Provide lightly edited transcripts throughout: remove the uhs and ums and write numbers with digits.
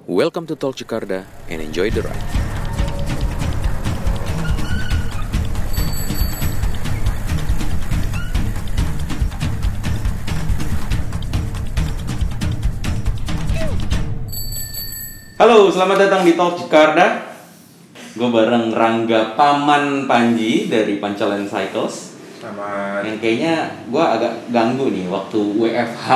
Welcome to Tol Jakarta and enjoy the ride. Halo, selamat datang di Tol Jakarta. Gue bareng Rangga Paman Panji dari Pancalan Cycles. Sama yang kayaknya gue agak ganggu nih waktu WFH.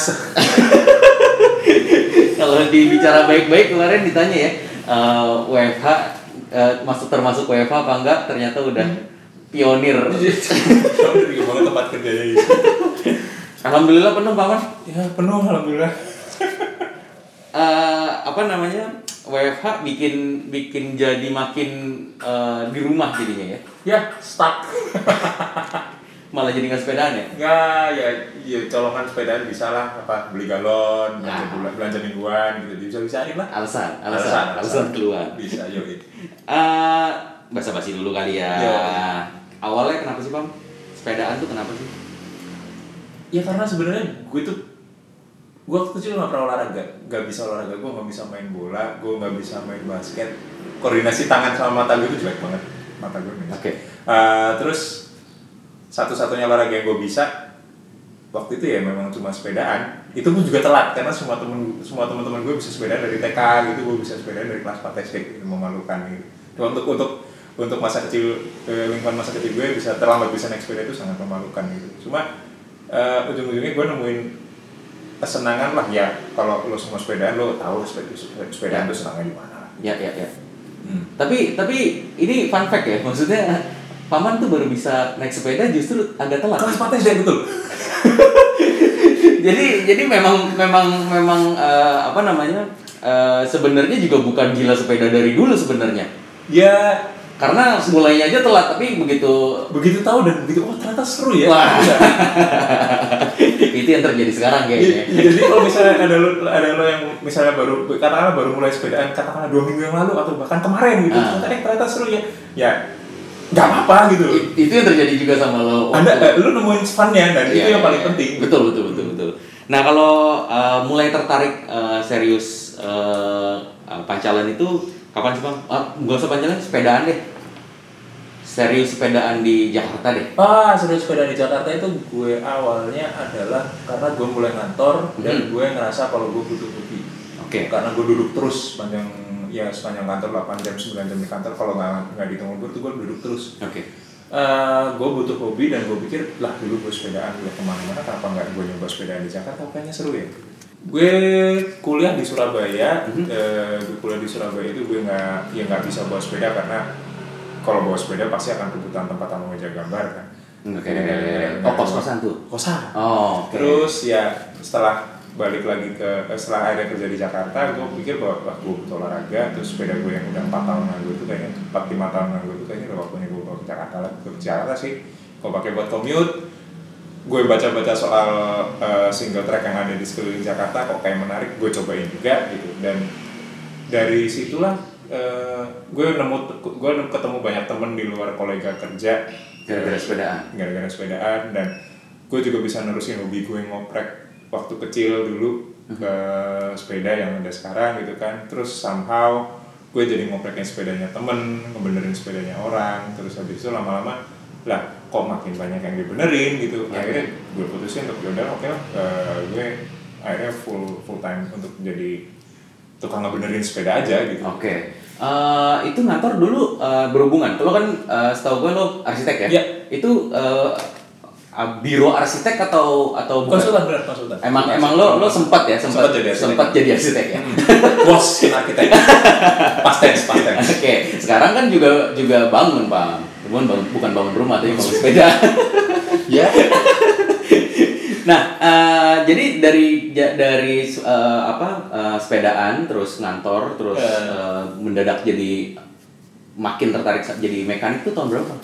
Kalau dibicara baik-baik kemarin ditanya ya, WFH termasuk WFH apa enggak? Ternyata udah pionir. kamu juga banget tempat kerjanya gitu. Alhamdulillah penuh Paman. Ya penuh alhamdulillah. WFH bikin jadi makin di rumah jadinya ya. Ya stuck. Malah jadi nggak sepedaan ya? Nggak, ya colongan sepedaan bisa lah, apa beli galon, belanja mingguan gitu, bisa-bisain lah. Alasan keluar. Bisa, yuk. Basa-basi dulu kali ya. Yo. Awalnya kenapa sih Pam? Sepedaan tuh kenapa sih? Ya karena sebenarnya gue waktu kecil nggak pernah olahraga, nggak bisa olahraga, gue nggak bisa main bola, gue nggak bisa main basket, koordinasi tangan sama mata gue tuh jelek banget, mata gue minus. Oke. Terus satu-satunya olahraga yang gue bisa waktu itu ya memang cuma sepedaan. Itu pun juga telat karena semua teman-teman gue bisa sepedaan dari TK gitu, gue bisa sepedaan dari kelas 4 SD gitu, memalukan gitu. Dan untuk masa kecil, lingkungan masa kecil gue terlambat bisa naik sepeda itu sangat memalukan gitu. Cuma ujung-ujungnya gue nemuin kesenangan lah ya. Kalau lo semua sepedaan, lo tahu sepedaan itu senangnya di mana. Ya. Tapi ini fun fact ya, maksudnya Paman tuh baru bisa naik sepeda justru agak telat. Kelas 4 SD betul. jadi memang sebenarnya juga bukan gila sepeda dari dulu sebenarnya. Ya karena mulainya aja telat, tapi begitu tahu dan begitu ternyata seru ya. Wah. Itu yang terjadi sekarang kayaknya. Jadi kalau misalnya ada lo yang misalnya baru mulai sepedaan katakanlah 2 minggu yang lalu atau bahkan kemarin gitu, ternyata seru ya. Ya nggak apa-apa gitu. Itu yang terjadi juga sama lo. Lu nemuin fun-nya dan itu yang paling penting. Betul. Nah kalau mulai tertarik serius Pancalan itu kapan sih Bang? Nggak usah Pancalan, sepedaan deh. Serius sepedaan di Jakarta deh. Serius sepedaan di Jakarta itu gue awalnya adalah karena gue mulai ngantor dan gue ngerasa kalau gue butuh hobi. Oke. Karena gue duduk terus sepanjang kantor 8 jam 9 jam di kantor, kalau nggak dihitung libur tuh gue duduk terus. Oke. Gue butuh hobi dan gue pikir lah dulu gue sepedaan udah kemana-mana, kenapa nggak gue nyoba sepedaan di Jakarta, kayaknya seru ya. Gue kuliah di Surabaya. Gue itu gue nggak bisa bawa sepeda karena kalau bawa sepeda pasti akan kebutuhan tempat sama meja gambar kan. Oke. Kos-kosan tuh. Kosan. Okay. Terus ya setelah akhirnya kerja di Jakarta, gue pikir bahwa gue butuh olahraga. Terus sepeda gue yang udah 4 tahun nganggur itu kayaknya 4-5 tahun nganggur itu kayaknya udah waktunya gue bawa ke Jakarta lah. Ke Jakarta sih gue pakai buat commute. Gue baca-baca soal single track yang ada di sekeliling Jakarta, kok kayak menarik, gue cobain juga gitu. Dan dari situlah gue ketemu banyak temen di luar kolega kerja gara-gara sepedaan, dan gue juga bisa nerusin hobi gue ngoprek waktu kecil dulu ke sepeda yang ada sekarang gitu kan. Terus somehow gue jadi ngopreknya sepedanya temen, ngebenerin sepedanya orang. Terus habis itu lama-lama lah kok makin banyak yang dibenerin gitu. Akhirnya gue putusin untuk yaudah oke lah, gue akhirnya full time untuk jadi tukang ngebenerin sepeda aja gitu. Oke. Itu ngantor dulu berhubungan. Lo kan setahu gue lo arsitek ya? Iya. Itu biro arsitek atau bukan? Konsultan. Emang lo sempat jadi arsitek ya? Bos arsitek. Past tense. Oke. Sekarang kan juga bangun, Bang. Bukan bangun rumah tapi bangun sepeda. Ya. Nah, jadi dari sepedaan terus ngantor terus mendadak jadi makin tertarik jadi mekanik tuh tahun berapa?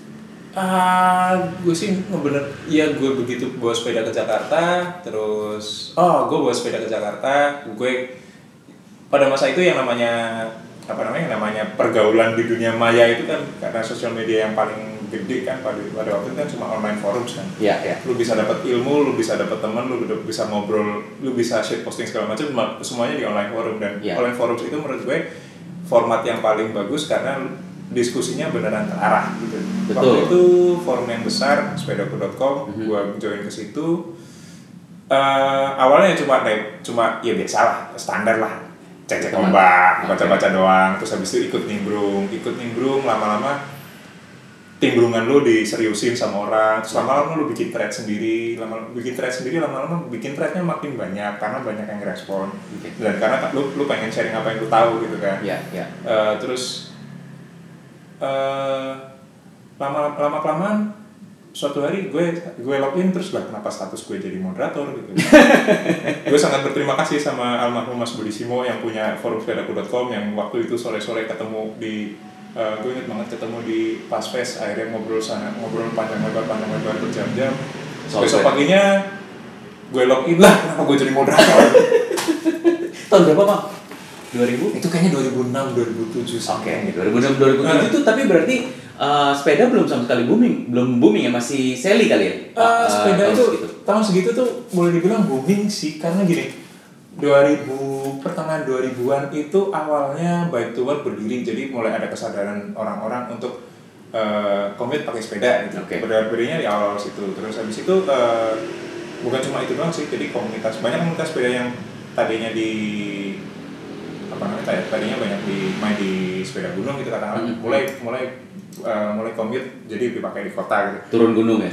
Gue sih gue begitu bawa sepeda ke Jakarta, terus gue bawa sepeda ke Jakarta, gue pada masa itu yang namanya pergaulan di dunia maya itu kan karena sosial media yang paling gede kan pada waktu itu kan cuma online forums kan. Iya. Lu bisa dapat ilmu, lu bisa dapat teman, lu bisa ngobrol, lu bisa share posting segala macam, semuanya di online forum. Dan online forums itu menurut gue format yang paling bagus karena diskusinya beneran terarah gitu. Betul. Waktu itu forum yang besar sepedaku.com, gua join ke situ. Awalnya cuma ya biasa lah, standar lah, cek ombak, baca-baca doang. Terus habis itu ikut nimbrung, lama-lama timbrungan lu diseriusin sama orang. Terus lama-lama lu bikin thread sendiri, lama-lama bikin threadnya makin banyak karena banyak yang respon. Dan karena lu pengen sharing apa yang lu tahu gitu kan. Terus lama-kelamaan suatu hari gue login terus lah kenapa status gue jadi moderator gitu. Gue sangat berterima kasih sama almarhum Mas Budi Simo yang punya forum sepedaku.com yang waktu itu sore-sore ketemu di gue inget banget ketemu di Pasfest, akhirnya ngobrol panjang lebar berjam-jam. Besok paginya gue login lah kenapa gue jadi moderator. Tahun berapa Bang? 2000? Itu kayaknya 2006, 2007. Oke, 2006, 2007 itu tapi berarti sepeda belum sama sekali belum booming ya, masih selly kali ya? Sepeda itu tahun segitu tuh boleh dibilang booming sih, karena gini, pertengahan 2000-an itu awalnya Bike to Work berdiri, jadi mulai ada kesadaran orang-orang untuk komit pakai sepeda gitu. Berdirinya di awal situ, terus habis itu bukan cuma itu doang sih, jadi banyak komunitas sepeda yang tadinya banyak main di sepeda gunung gitu katakanlah, mulai komit jadi dipakai di kota gitu. Turun gunung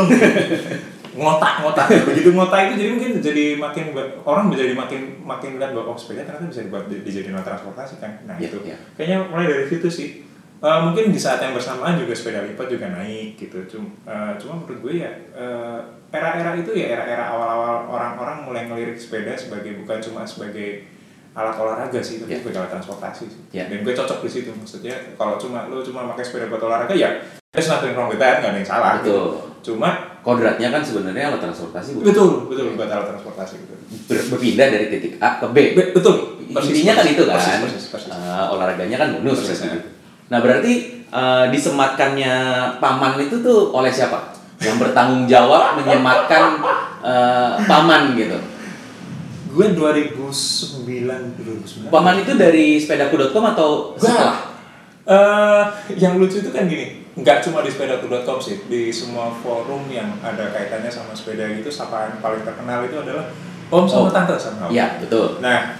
ngotak begitu ngotak itu jadi mungkin orang menjadi makin lihat bahwa sepeda ternyata bisa dijadiin alat transportasi kan. Kayaknya mulai dari situ sih. Mungkin di saat yang bersamaan juga sepeda lipat juga naik gitu. Cuma menurut gue ya era-era itu ya era-era awal-awal orang-orang mulai ngelirik sepeda bukan cuma sebagai alat olahraga sih, tapi sebagai alat transportasi sih. Dan gue cocok di situ, maksudnya kalau lu cuma pakai sepeda buat olahraga ya there's nothing wrong with that, nggak ada yang salah. Betul. Gitu. Cuma kodratnya kan sebenarnya alat transportasi. Betul buat alat transportasi gitu. Berpindah dari titik A ke B. Betul. Intinya kan itu kan. Persis. Olahraganya kan bonus. Nah berarti disematkannya paman itu tuh oleh siapa? Yang bertanggung jawab menyematkan paman gitu. Gue 2009. Paman itu dari sepedaku.com atau setelah? Yang lucu itu kan gini, nggak cuma di sepedaku.com sih, di semua forum yang ada kaitannya sama sepeda gitu, sapaan paling terkenal itu adalah om sama tante sama om. Iya, betul. Nah,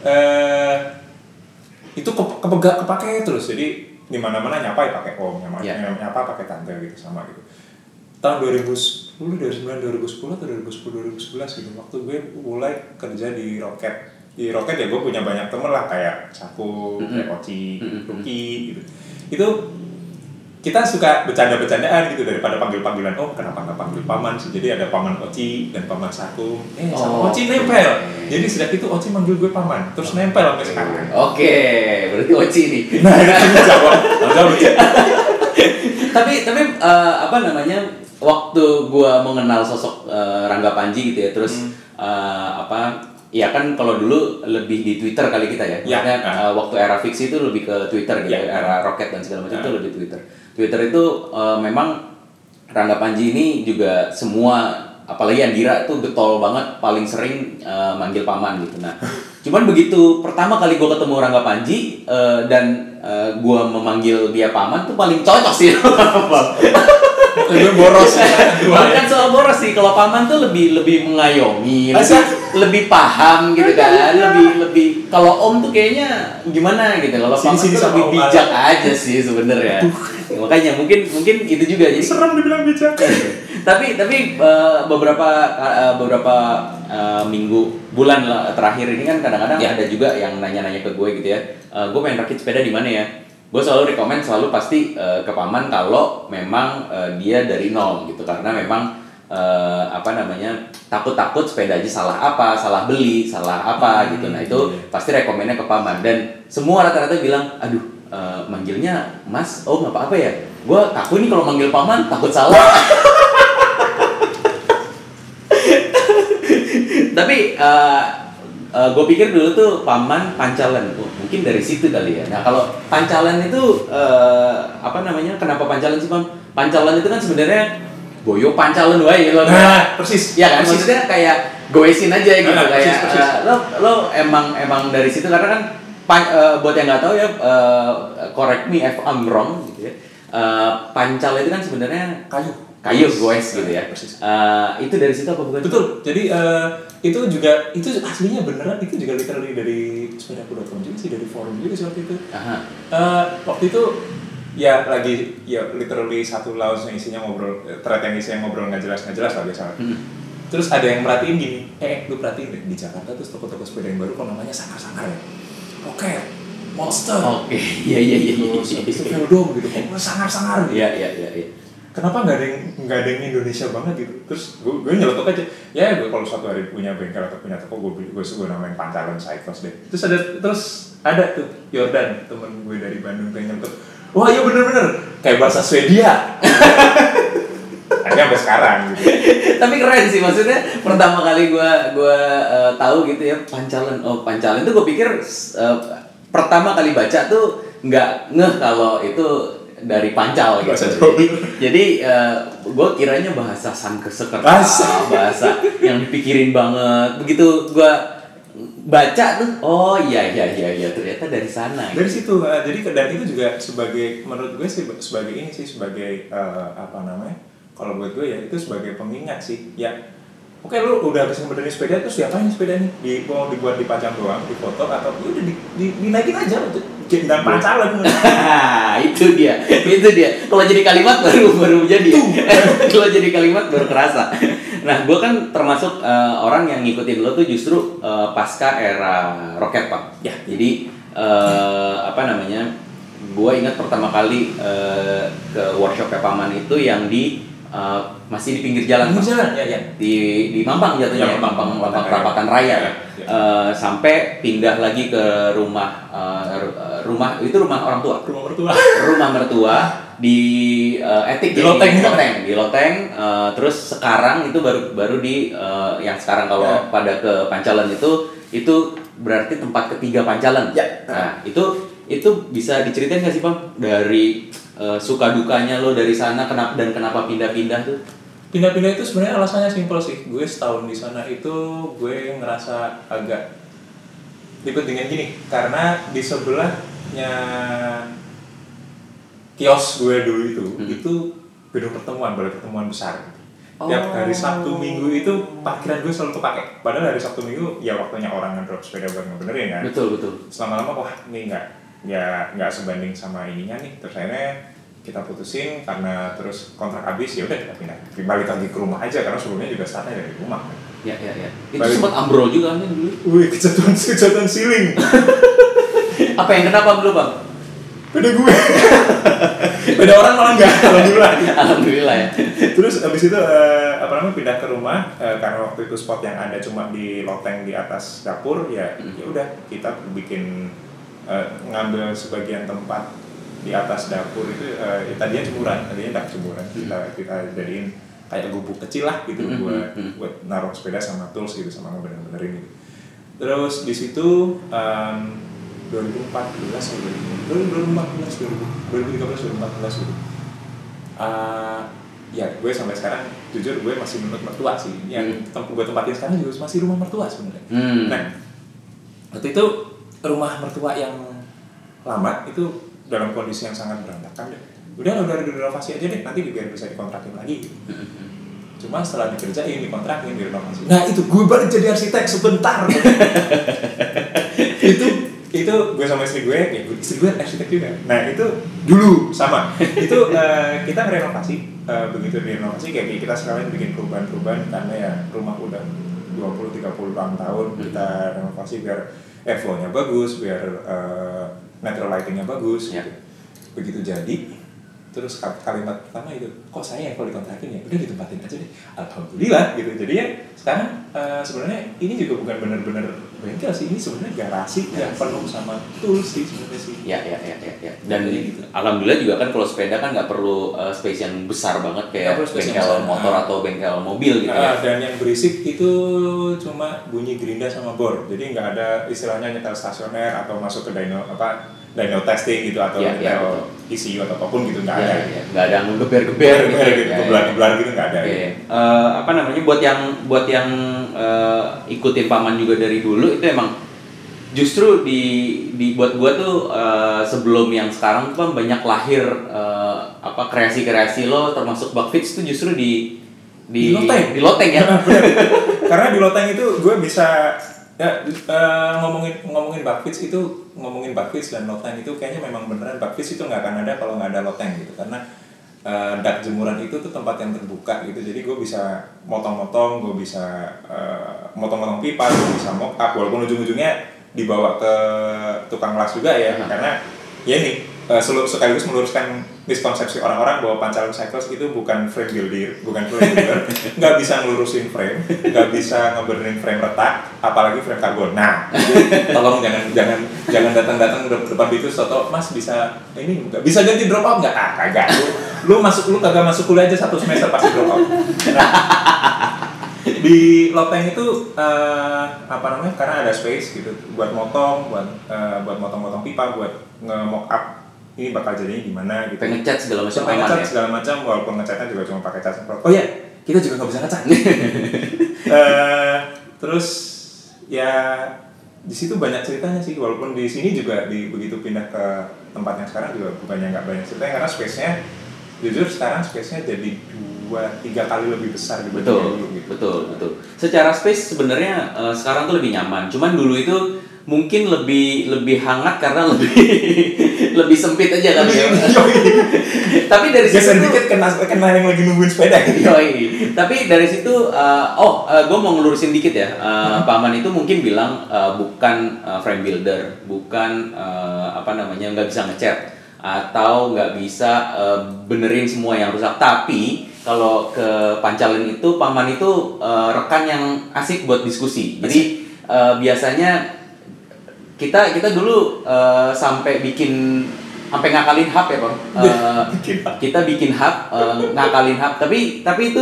itu kepake terus, jadi di mana-mana nyapa ya pakai om, nyapa pakai tante gitu sama gitu. Tahun 2010 atau 2011 gitu, waktu gue mulai kerja di Rocket. Di Rocket ya gue punya banyak temen lah, kayak Caku, kayak Oci, Ruki gitu. Itu kita suka bercanda-bercandaan gitu, daripada panggil-panggilan kenapa nggak panggil paman sih. Jadi ada paman Oci dan paman Saku. Sama Oci nempel. Jadi sejak itu Oci manggil gue paman, terus nempel sampai sekarang. Oke, berarti Oci nih. Nah, itu jawab. Tapi apa namanya? Waktu gua mengenal sosok Rangga Panji gitu ya, terus ya kan kalau dulu lebih di Twitter kali kita ya. Maksudnya waktu era fiksi itu lebih ke Twitter gitu, era Rocket dan segala macam itu lebih Twitter. Twitter itu memang Rangga Panji ini juga semua, apalagi Andira tuh getol banget, paling sering manggil paman gitu. Nah, cuman begitu pertama kali gua ketemu Rangga Panji dan gua memanggil dia paman tuh paling cocok sih. Lebih boros ya. Bukan soal boros sih, kalau paman tuh lebih mengayomi, lebih paham gitu kan, lebih kalau om tuh kayaknya gimana gitu. Kalau paman tuh lebih bijak aja sih sebenarnya. Makanya mungkin itu juga jadi serem dibilang bijak. tapi beberapa bulan terakhir ini kan kadang-kadang ada juga yang nanya-nanya ke gue gitu ya. Gue pengen rakit sepeda di mana ya? Gue selalu rekomen pasti ke paman kalau memang dia dari nol gitu, karena memang takut sepeda aja salah beli, salah apa gitu. Nah itu pasti rekomennya ke paman, dan semua rata-rata bilang aduh manggilnya mas om apa ya, gue takut nih kalau manggil paman takut salah. Tapi gue pikir dulu tuh paman Pancalan, mungkin dari situ kali ya. Nah kalau Pancalan itu kenapa Pancalan sih Pam? Pancalan itu kan sebenarnya boyo pancalan wae gitu. Nah, persis. Ya kan, persis. maksudnya kayak goesin aja gitu, Nah, kayak persis. lo emang dari situ karena kan buat yang nggak tahu ya, correct me if I'm wrong gitu ya. Pancal itu kan sebenarnya kayu goes gitu ya. Persis. Itu dari situ apa bukan? Betul. Jadi itu aslinya beneran, itu juga literally dari sepedaku.com juga sih, dari forum juga sih waktu itu. Waktu itu ya lagi literally satu lounge yang isinya ngobrol, thread yang isinya ngobrol nggak jelas lah biasa. Terus ada yang merhatiin gini, lu perhatiin deh di Jakarta tuh toko-toko sepeda yang baru kok namanya sangar-sangar ya. Oke, Monster. Oke, iya. Terus habis itu Veldom gitu, kok sangar-sangar gitu. Iya. Kenapa nggak ada yang Indonesia banget gitu? Terus gue nyeletuk aja, ya gue kalau suatu hari punya bengkel atau punya toko, gue namain Pancalan Cycles deh. Terus ada tuh Jordan, temen gue dari Bandung, yang nyeletuk, wah iya bener-bener kayak bahasa Swedia. Akhirnya sampai sekarang gitu. Tapi keren sih, maksudnya pertama kali gue tahu gitu ya Pancalan itu gue pikir pertama kali baca tuh nggak ngeh kalau itu dari Pancal gitu. Jadi gue kiranya bahasa Sangsekerta, bahasa yang dipikirin banget. Begitu gue baca tuh, oh iya ternyata dari sana. Dari situ, jadi dan itu juga sebagai, menurut gue sih sebagai ini sih, sebagai kalau buat gue ya itu sebagai pengingat sih. Ya, oke, lu udah habis ngebenerin sepeda, terus diapain sepeda ini? Mau dibuat dipajang doang, difoto, atau udah dinaikin aja dan Pancalan. Itu dia. Kalau jadi kalimat baru jadi. Kalau jadi kalimat baru kerasa. Nah, gue kan termasuk orang yang ngikutin lo tuh justru pasca era roket, Pak. Ya. Jadi gue ingat pertama kali ke workshop Paman itu yang masih di pinggir jalan. Ya. Di Mampang jatuhnya, Mampang Perapatan Raya. Ya. Sampai pindah lagi ke rumah itu rumah orang tua. Rumah mertua di Etik, di Loteng. Terus sekarang itu baru di yang sekarang kalau pada ke Pancalan itu berarti tempat ketiga Pancalan. Ya. Nah, itu bisa diceritain nggak sih, Bang, dari suka dukanya lo dari sana, kenapa pindah-pindah tuh? Pindah-pindah itu sebenarnya alasannya simpel sih. Gue setahun di sana itu gue ngerasa agak ribet dengan gini, karena di sebelahnya kios gue dulu itu balai pertemuan besar. Tiap hari Sabtu Minggu itu parkiran gue selalu kepake. Padahal hari Sabtu Minggu ya waktunya orang ngedrop sepeda buat ngebenerin kan. Betul. Selama-lama wah ini nggak sebanding sama ininya nih. Terus akhirnya kita putusin karena terus kontrak habis, ya udah kita pindah. Balik lagi ke rumah aja karena sebelumnya juga startnya dari rumah. Ya. Itu sempat ambrol juga kan dulu. Wih, kejatuhan siling. Apa yang kenapa dulu, Bang? Beda gue. Beda orang malah enggak, Alhamdulillah ya. Terus abis itu pindah ke rumah karena waktu itu spot yang ada cuma di loteng di atas dapur, ya udah kita bikin ngambil sebagian tempat di atas dapur itu tadinya jemuran, kita jadiin kayak gubuk kecil lah gitu buat naruh sepeda sama tools gitu, sama ngebenerin gitu. Terus di situ 2013 atau 2013 gitu. Ya gue sampai sekarang jujur gue masih menurut mertua sih. Yang gue tempatin sekarang juga masih rumah mertua sebenarnya. Nah, waktu itu rumah mertua yang lama itu dalam kondisi yang sangat berantakan deh. Udah direnovasi aja deh, nanti biar bisa dikontrakin lagi gitu. Cuma setelah dikerjain, dikontrakin, direnovasi. Nah itu gue balik jadi arsitek sebentar. itu gue sama istri gue arsitek juga. Nah itu dulu sama. Itu kita renovasi, begitu direnovasi kayak kita sekalian bikin perubahan karena ya rumah udah 20-30 tahun kita renovasi biar flow-nya bagus, biar natural lighting-nya bagus. Gitu. Begitu jadi, terus kalimat pertama itu, kok saya kalau dikontrakin ya udah ditempatin aja deh, alhamdulillah gitu. Jadi ya sekarang sebenarnya ini juga bukan benar-benar bengkel sih, ini sebenarnya garasi yang penuh sama tools sih sebenarnya sih. Ya. Dan gitu. Alhamdulillah juga kan kalau sepeda kan nggak perlu space yang besar banget kayak bengkel motor atau bengkel mobil gitu ya. Dan yang berisik itu cuma bunyi gerinda sama bor, jadi nggak ada istilahnya nyetel stasioner atau masuk ke dyno testing gitu atau detail ECU atau apapun gitu nggak ada. Nggak ada ngegeber-geber gitu, geber-geber gitu nggak ada. Apa namanya buat yang ikutin paman juga dari dulu itu emang justru buat gua tuh sebelum yang sekarang tuh banyak lahir kreasi-kreasi lo termasuk bug fix tuh justru di loteng ya. Karena di loteng itu gue bisa ngomongin bug fix itu bug fix dan loteng itu kayaknya memang beneran bug fix itu nggak akan ada kalau nggak ada loteng gitu, karena dak jemuran itu tuh tempat yang terbuka gitu, jadi gue bisa motong-motong, gue bisa motong-motong pipa, gue bisa mock up walaupun ujung-ujungnya dibawa ke tukang las juga ya, karena ya ini sekaligus meluruskan miskonsepsi orang-orang bahwa Pancalan Cycles itu bukan frame builder, nggak bisa ngelurusin frame, nggak bisa ngebenerin frame retak, apalagi frame karbon. Nah, tolong jangan datang ke depan itu soto, Mas bisa ini nggak bisa ganti drop out nggak? Kagak. Lu kagak masuk kuliah aja 1 semester pasti drop out. Nah, di loteng itu karena ada space gitu buat motong, buat motong-motong pipa, buat nge-mock up ini bakal jadinya gimana gitu. Ngecat segala macam walaupun ngecatnya juga cuma pakai cat semprot. Oh iya, kita juga nggak bisa ngecat. Terus ya di situ banyak ceritanya sih, walaupun di sini juga begitu pindah ke tempat yang sekarang juga bukannya nggak banyak ceritanya, karena space-nya jujur sekarang space-nya jadi 2-3 kali lebih besar dibanding dulu gitu. Betul. Secara space sebenarnya sekarang tuh lebih nyaman. Cuman dulu itu mungkin lebih hangat karena lebih sempit aja kan ya. Tapi dari situ sedikit kena yang lagi nungguin sepeda. Tapi dari situ gue mau ngelurusin dikit ya. Paman itu mungkin bilang bukan frame builder, bukan nggak bisa ngecat atau nggak bisa benerin semua yang rusak. Tapi kalau ke Pancalan itu paman itu rekan yang asik buat diskusi. Jadi biasanya kita dulu sampai ngakalin hub ya Bang. Kita bikin hub, ngakalin hub. Tapi itu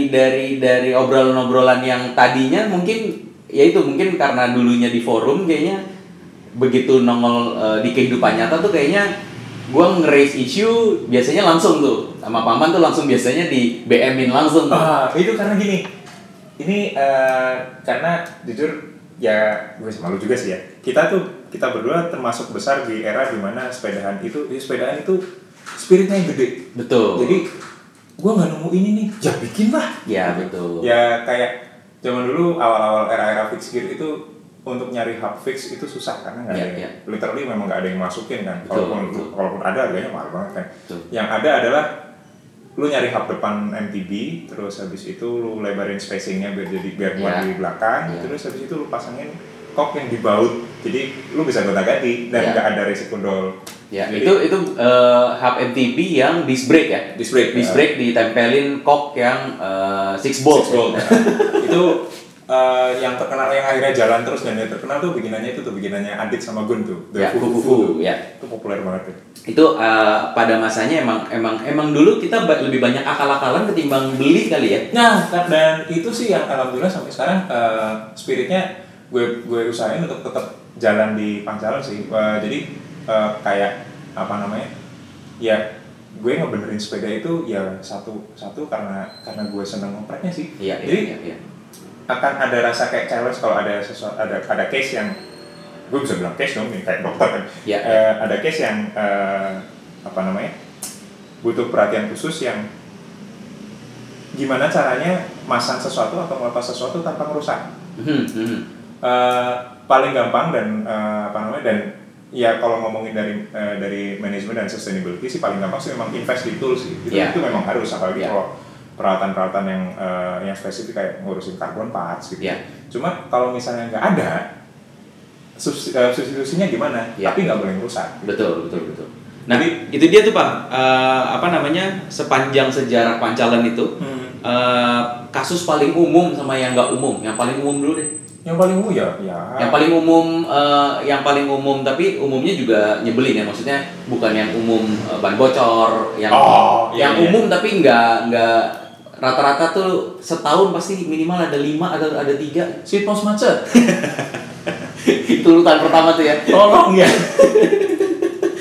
dari obrolan-obrolan yang tadinya mungkin karena dulunya di forum, kayaknya begitu nongol di kehidupan nyata tuh kayaknya gua nge-raise issue biasanya langsung tuh sama paman tuh langsung biasanya di BM-in langsung tuh. Itu karena gini. Ini karena jujur ya gue malu juga sih ya. Kita berdua termasuk besar di era dimana sepedaan itu spiritnya yang gede. Betul. Jadi gue nggak nemu ini nih, ya bikin lah. Ya betul. Ya kayak zaman dulu awal-awal era fix gear itu untuk nyari hub fix itu susah karena nggak ada, literally memang nggak ada yang masukin kan. Kalaupun ada harganya mahal banget kan. Betul. Yang ada adalah lu nyari hub depan MTB, terus habis itu lu lebarin spacingnya biar muat di belakang, terus habis itu lu pasangin kok yang dibaut, jadi lu bisa gonta-ganti dan nggak ada resiko dol. Ya, jadi, itu hub MTB yang disc brake ya. Disc brake ditempelin kok yang 6 bolt. Itu yang terkenal, yang akhirnya jalan terus dan yang terkenal tuh bikinannya Adit sama Gun tuh. Fufu. Itu populer banget tuh. Itu pada masanya emang dulu kita lebih banyak akal-akalan ketimbang beli kali ya. Nah, dan itu sih yang alhamdulillah sampai sekarang spiritnya gue usahain untuk tetap jalan di Pancalan sih. Jadi kayak ya gue ngebenerin sepeda itu ya satu karena gue seneng ngopreknya sih. Jadi akan ada rasa kayak challenge kalau ada sesuatu, ada case yang gue bisa bilang case dong, kayak dokter kan. Ada case yang butuh perhatian khusus yang gimana caranya masang sesuatu atau melepas sesuatu tanpa merusak. Paling gampang dan dan ya kalau ngomongin dari manajemen dan sustainability sih paling gampang sih memang invest di tools sih. Itu memang harus, apalagi kalau peralatan-peralatan yang spesifik kayak ngurusin carbon parts gitu. Cuma kalau misalnya nggak ada, substitusinya gimana? Tapi nggak boleh merusak. Betul. Nah, itu dia tuh Pak. Sepanjang sejarah Pancalan itu, kasus paling umum sama yang nggak umum. Yang paling umum dulu deh. Yang paling umum ya. Yang paling umum tapi umumnya juga nyebelin ya, maksudnya bukan yang umum ban bocor, yang umum tapi nggak rata-rata tuh setahun pasti minimal ada 5 atau ada 3 seat post macet. Itu urutan pertama tuh ya. Tolong ya.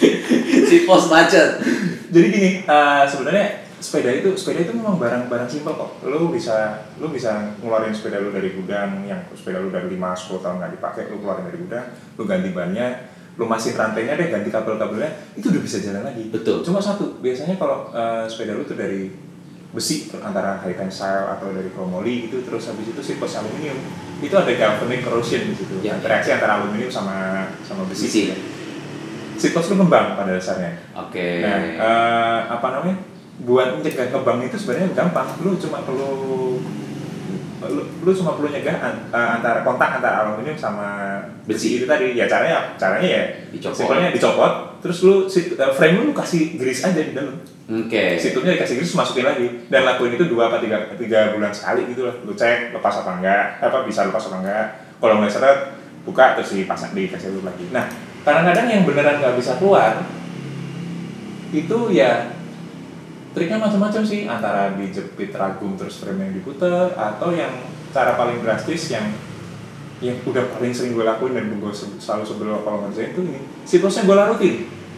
pos macet. Jadi gini, sebenarnya sepeda itu memang barang simpel kok. Lu bisa ngeluarin sepeda lu dari gudang yang sepeda lu dari 5-10 tahun nggak dipakai, lu keluarin dari gudang, lu ganti bannya, lu masih rantainya deh, ganti kabel-kabelnya, itu udah bisa jalan lagi. Betul. Cuma satu, biasanya kalau sepeda lu tuh dari besi antara high tensile atau dari chromoly gitu, terus habis itu sipos aluminium, itu ada galvanic corrosion di situ, Ya. reaksi antara aluminium sama besi. Besi. Sipos lu kembang pada dasarnya. Oke. Nah, buat mencegah kembang itu sebenarnya gampang. Lu cuma perlu nyegah antara kontak antara aluminium sama besi itu tadi. Ya caranya ya simpelnya dicopot, terus frame lu kasih grease aja di dalam. Oke. Situnya dikasih grease, masukin lagi dan lakuin itu 2-3 bulan sekali gitu lah. Lu cek lepas apa enggak, bisa lepas apa enggak. Kalau mulai seret, buka terus dikasih lu lagi. Nah, kadang-kadang yang beneran nggak bisa keluar itu ya triknya macam-macam sih, antara dijepit ragum terus frame yang diputer, atau yang cara paling drastis yang udah paling sering gue lakuin dan gue selalu sebelum kalau ngerjain itu ini, siklusnya gue larutin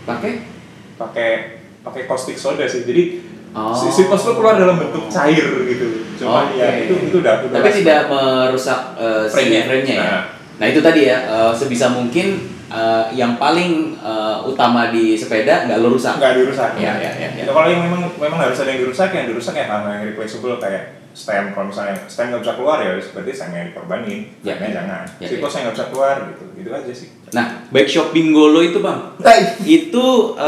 pakai caustic soda sih. Jadi siklus lo keluar dalam bentuk cair gitu. Cuma ya itu udah tapi tidak merusak frame-nya ya. Nah itu tadi ya, sebisa mungkin yang paling utama di sepeda nggak lo rusak. Nggak dirusak. Ya. Kalau yang memang harus ada yang dirusak ya hal-hal yang replaceable kayak stem. Kalau misalnya stem nggak bisa keluar ya berarti stemnya dikorbanin. Jangan. Siklusnya nggak bisa keluar gitu aja sih. Nah, bike shop bingo lo itu bang, itu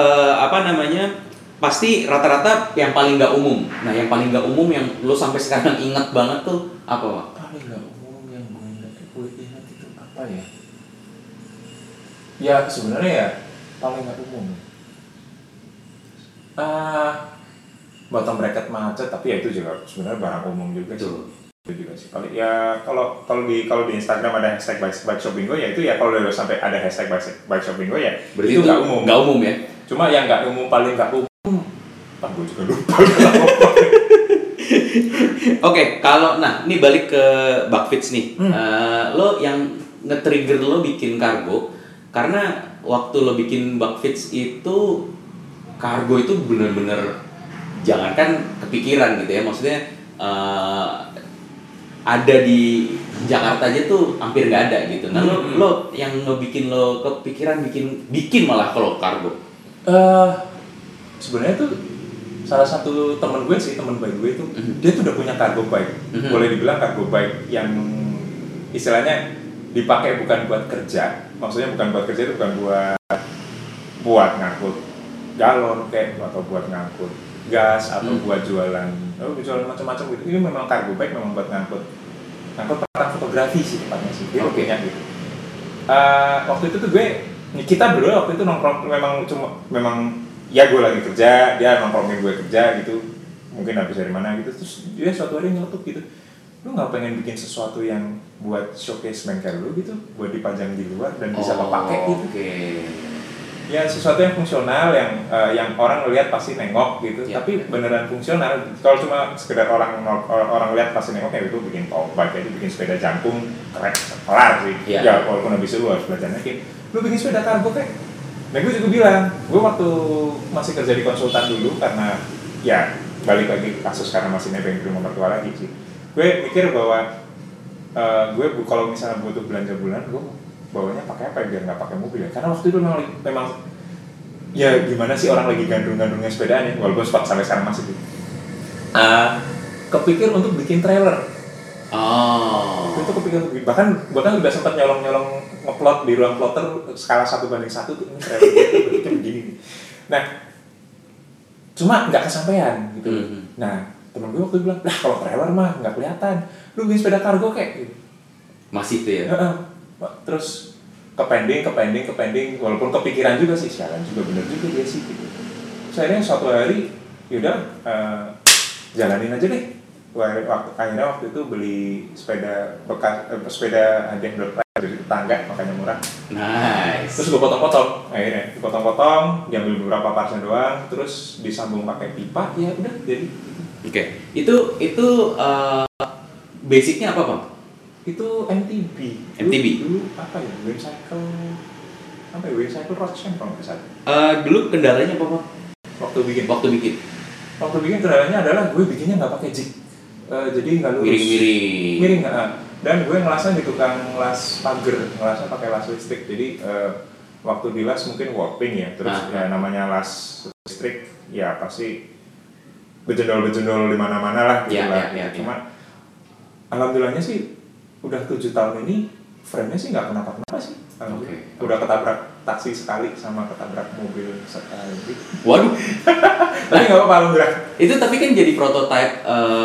pasti rata-rata yang paling nggak umum. Nah, yang paling nggak umum yang lo sampai sekarang ingat banget tuh apa bang? Paling nggak umum yang gue ingat itu apa ya? Ya sebenarnya ya paling nggak umum. Bottom bracket macet, tapi ya itu juga sebenarnya barang umum juga sih. Itu juga sih. Kalau di Instagram ada hashtag bike shop bingo ya itu ya kalau udah sampai ada hashtag bike shop bingo ya berarti itu nggak umum. Nggak umum ya. Cuma yang nggak umum paling nggak umum. Gue juga lupa. Oke, kalau ini balik ke Buckfits nih. Lo yang nge-trigger lo bikin kargo karena waktu lo bikin Buckfits itu kargo itu bener-bener jangankan kepikiran gitu ya, maksudnya ada di Jakarta aja tuh hampir nggak ada gitu. Nah lo yang ngebikin lo kepikiran bikin malah kalau kargo. Sebenarnya tuh salah satu temen baik gue itu dia tuh udah punya cargo bike. Boleh dibilang cargo bike yang istilahnya dipakai bukan buat kerja, maksudnya bukan buat kerja itu bukan buat ngangkut galon kayak atau buat ngangkut gas atau buat jualan macam-macam gitu. Ini memang cargo bike, memang buat ngangkut peralatan fotografi sih tepatnya sih. Dia punya gitu. Waktu itu tuh kita berdua waktu itu nongkrong memang ya gue lagi kerja, dia nongkrongin gue kerja gitu, mungkin habis dari mana gitu, terus dia suatu hari nyeletuk gitu, lu nggak pengen bikin sesuatu yang buat showcase bengkel lu gitu, buat dipajang di luar dan bisa kepake gitu. Ya sesuatu yang fungsional yang orang lihat pasti nengok gitu, tapi beneran fungsional. Kalau cuma sekedar orang lihat pasti nengok kayak itu bikin power bike, itu bikin sepeda jangkung keren, kelar sih. Ya walaupun habis itu lu harus belajar lagi, lu bikin sepeda kargo kayak. Nah gue juga bilang, gue waktu masih kerja di konsultan dulu karena ya balik lagi kasus karena masih nebeng di rumah mertua lagi sih. Gue mikir bahwa gue kalau misalnya butuh belanja bulan, gue bawanya pakai apa ya biar nggak pakai mobil ya. Karena waktu itu memang ya gimana sih orang lagi gandrung-gandrungnya sepedaan ya, walaupun sampai sekarang masih tuh. Kepikir untuk bikin trailer. Itu kepikir bahkan udah sempat nyolong ngeplot di ruang plotter skala 1:1 tuh ini trailer gitu begini. Nah, cuma nggak kesampaian gitu. Nah, temen gue waktu itu bilang, "Lah, kalau trailer mah nggak kelihatan. Lu bikin sepeda kargo kayak gitu." Masih tuh ya. Terus kepending walaupun kepikiran juga sih, sialan juga bener juga dia sih gitu. Terus akhirnya suatu hari yaudah jalanin aja deh. Akhirnya waktu itu beli sepeda bekas, sepeda hadiah door prize dari tetangga, makanya murah. Nice. Terus gue potong-potong, akhirnya dipotong-potong, diambil beberapa partsnya doang, terus disambung pakai pipa, ya udah jadi. Oke. Itu basicnya apa bang? Itu MTB. MTB. Dulu apa ya? Web cycle. apa ya, Cycle Roadshow kalau nggak salah. Dulu kendalanya apa Pak? Waktu bikin kendalanya adalah gue bikinnya nggak pakai jig, jadi nggak lurus. Miring. Dan gue ngelasnya di tukang las pagar, ngelasnya pakai las listrik. Jadi waktu di las mungkin warping ya, terus ya namanya las listrik ya pasti bejendol di mana-mana lah gitu lah. Cuma alhamdulillahnya sih udah 7 tahun ini frame-nya sih nggak kenapa-kenapa sih. Udah ketabrak taksi sekali sama ketabrak mobil sekali. Waduh. Tapi nggak apa-apa alhamdulillah. Itu tapi kan jadi prototype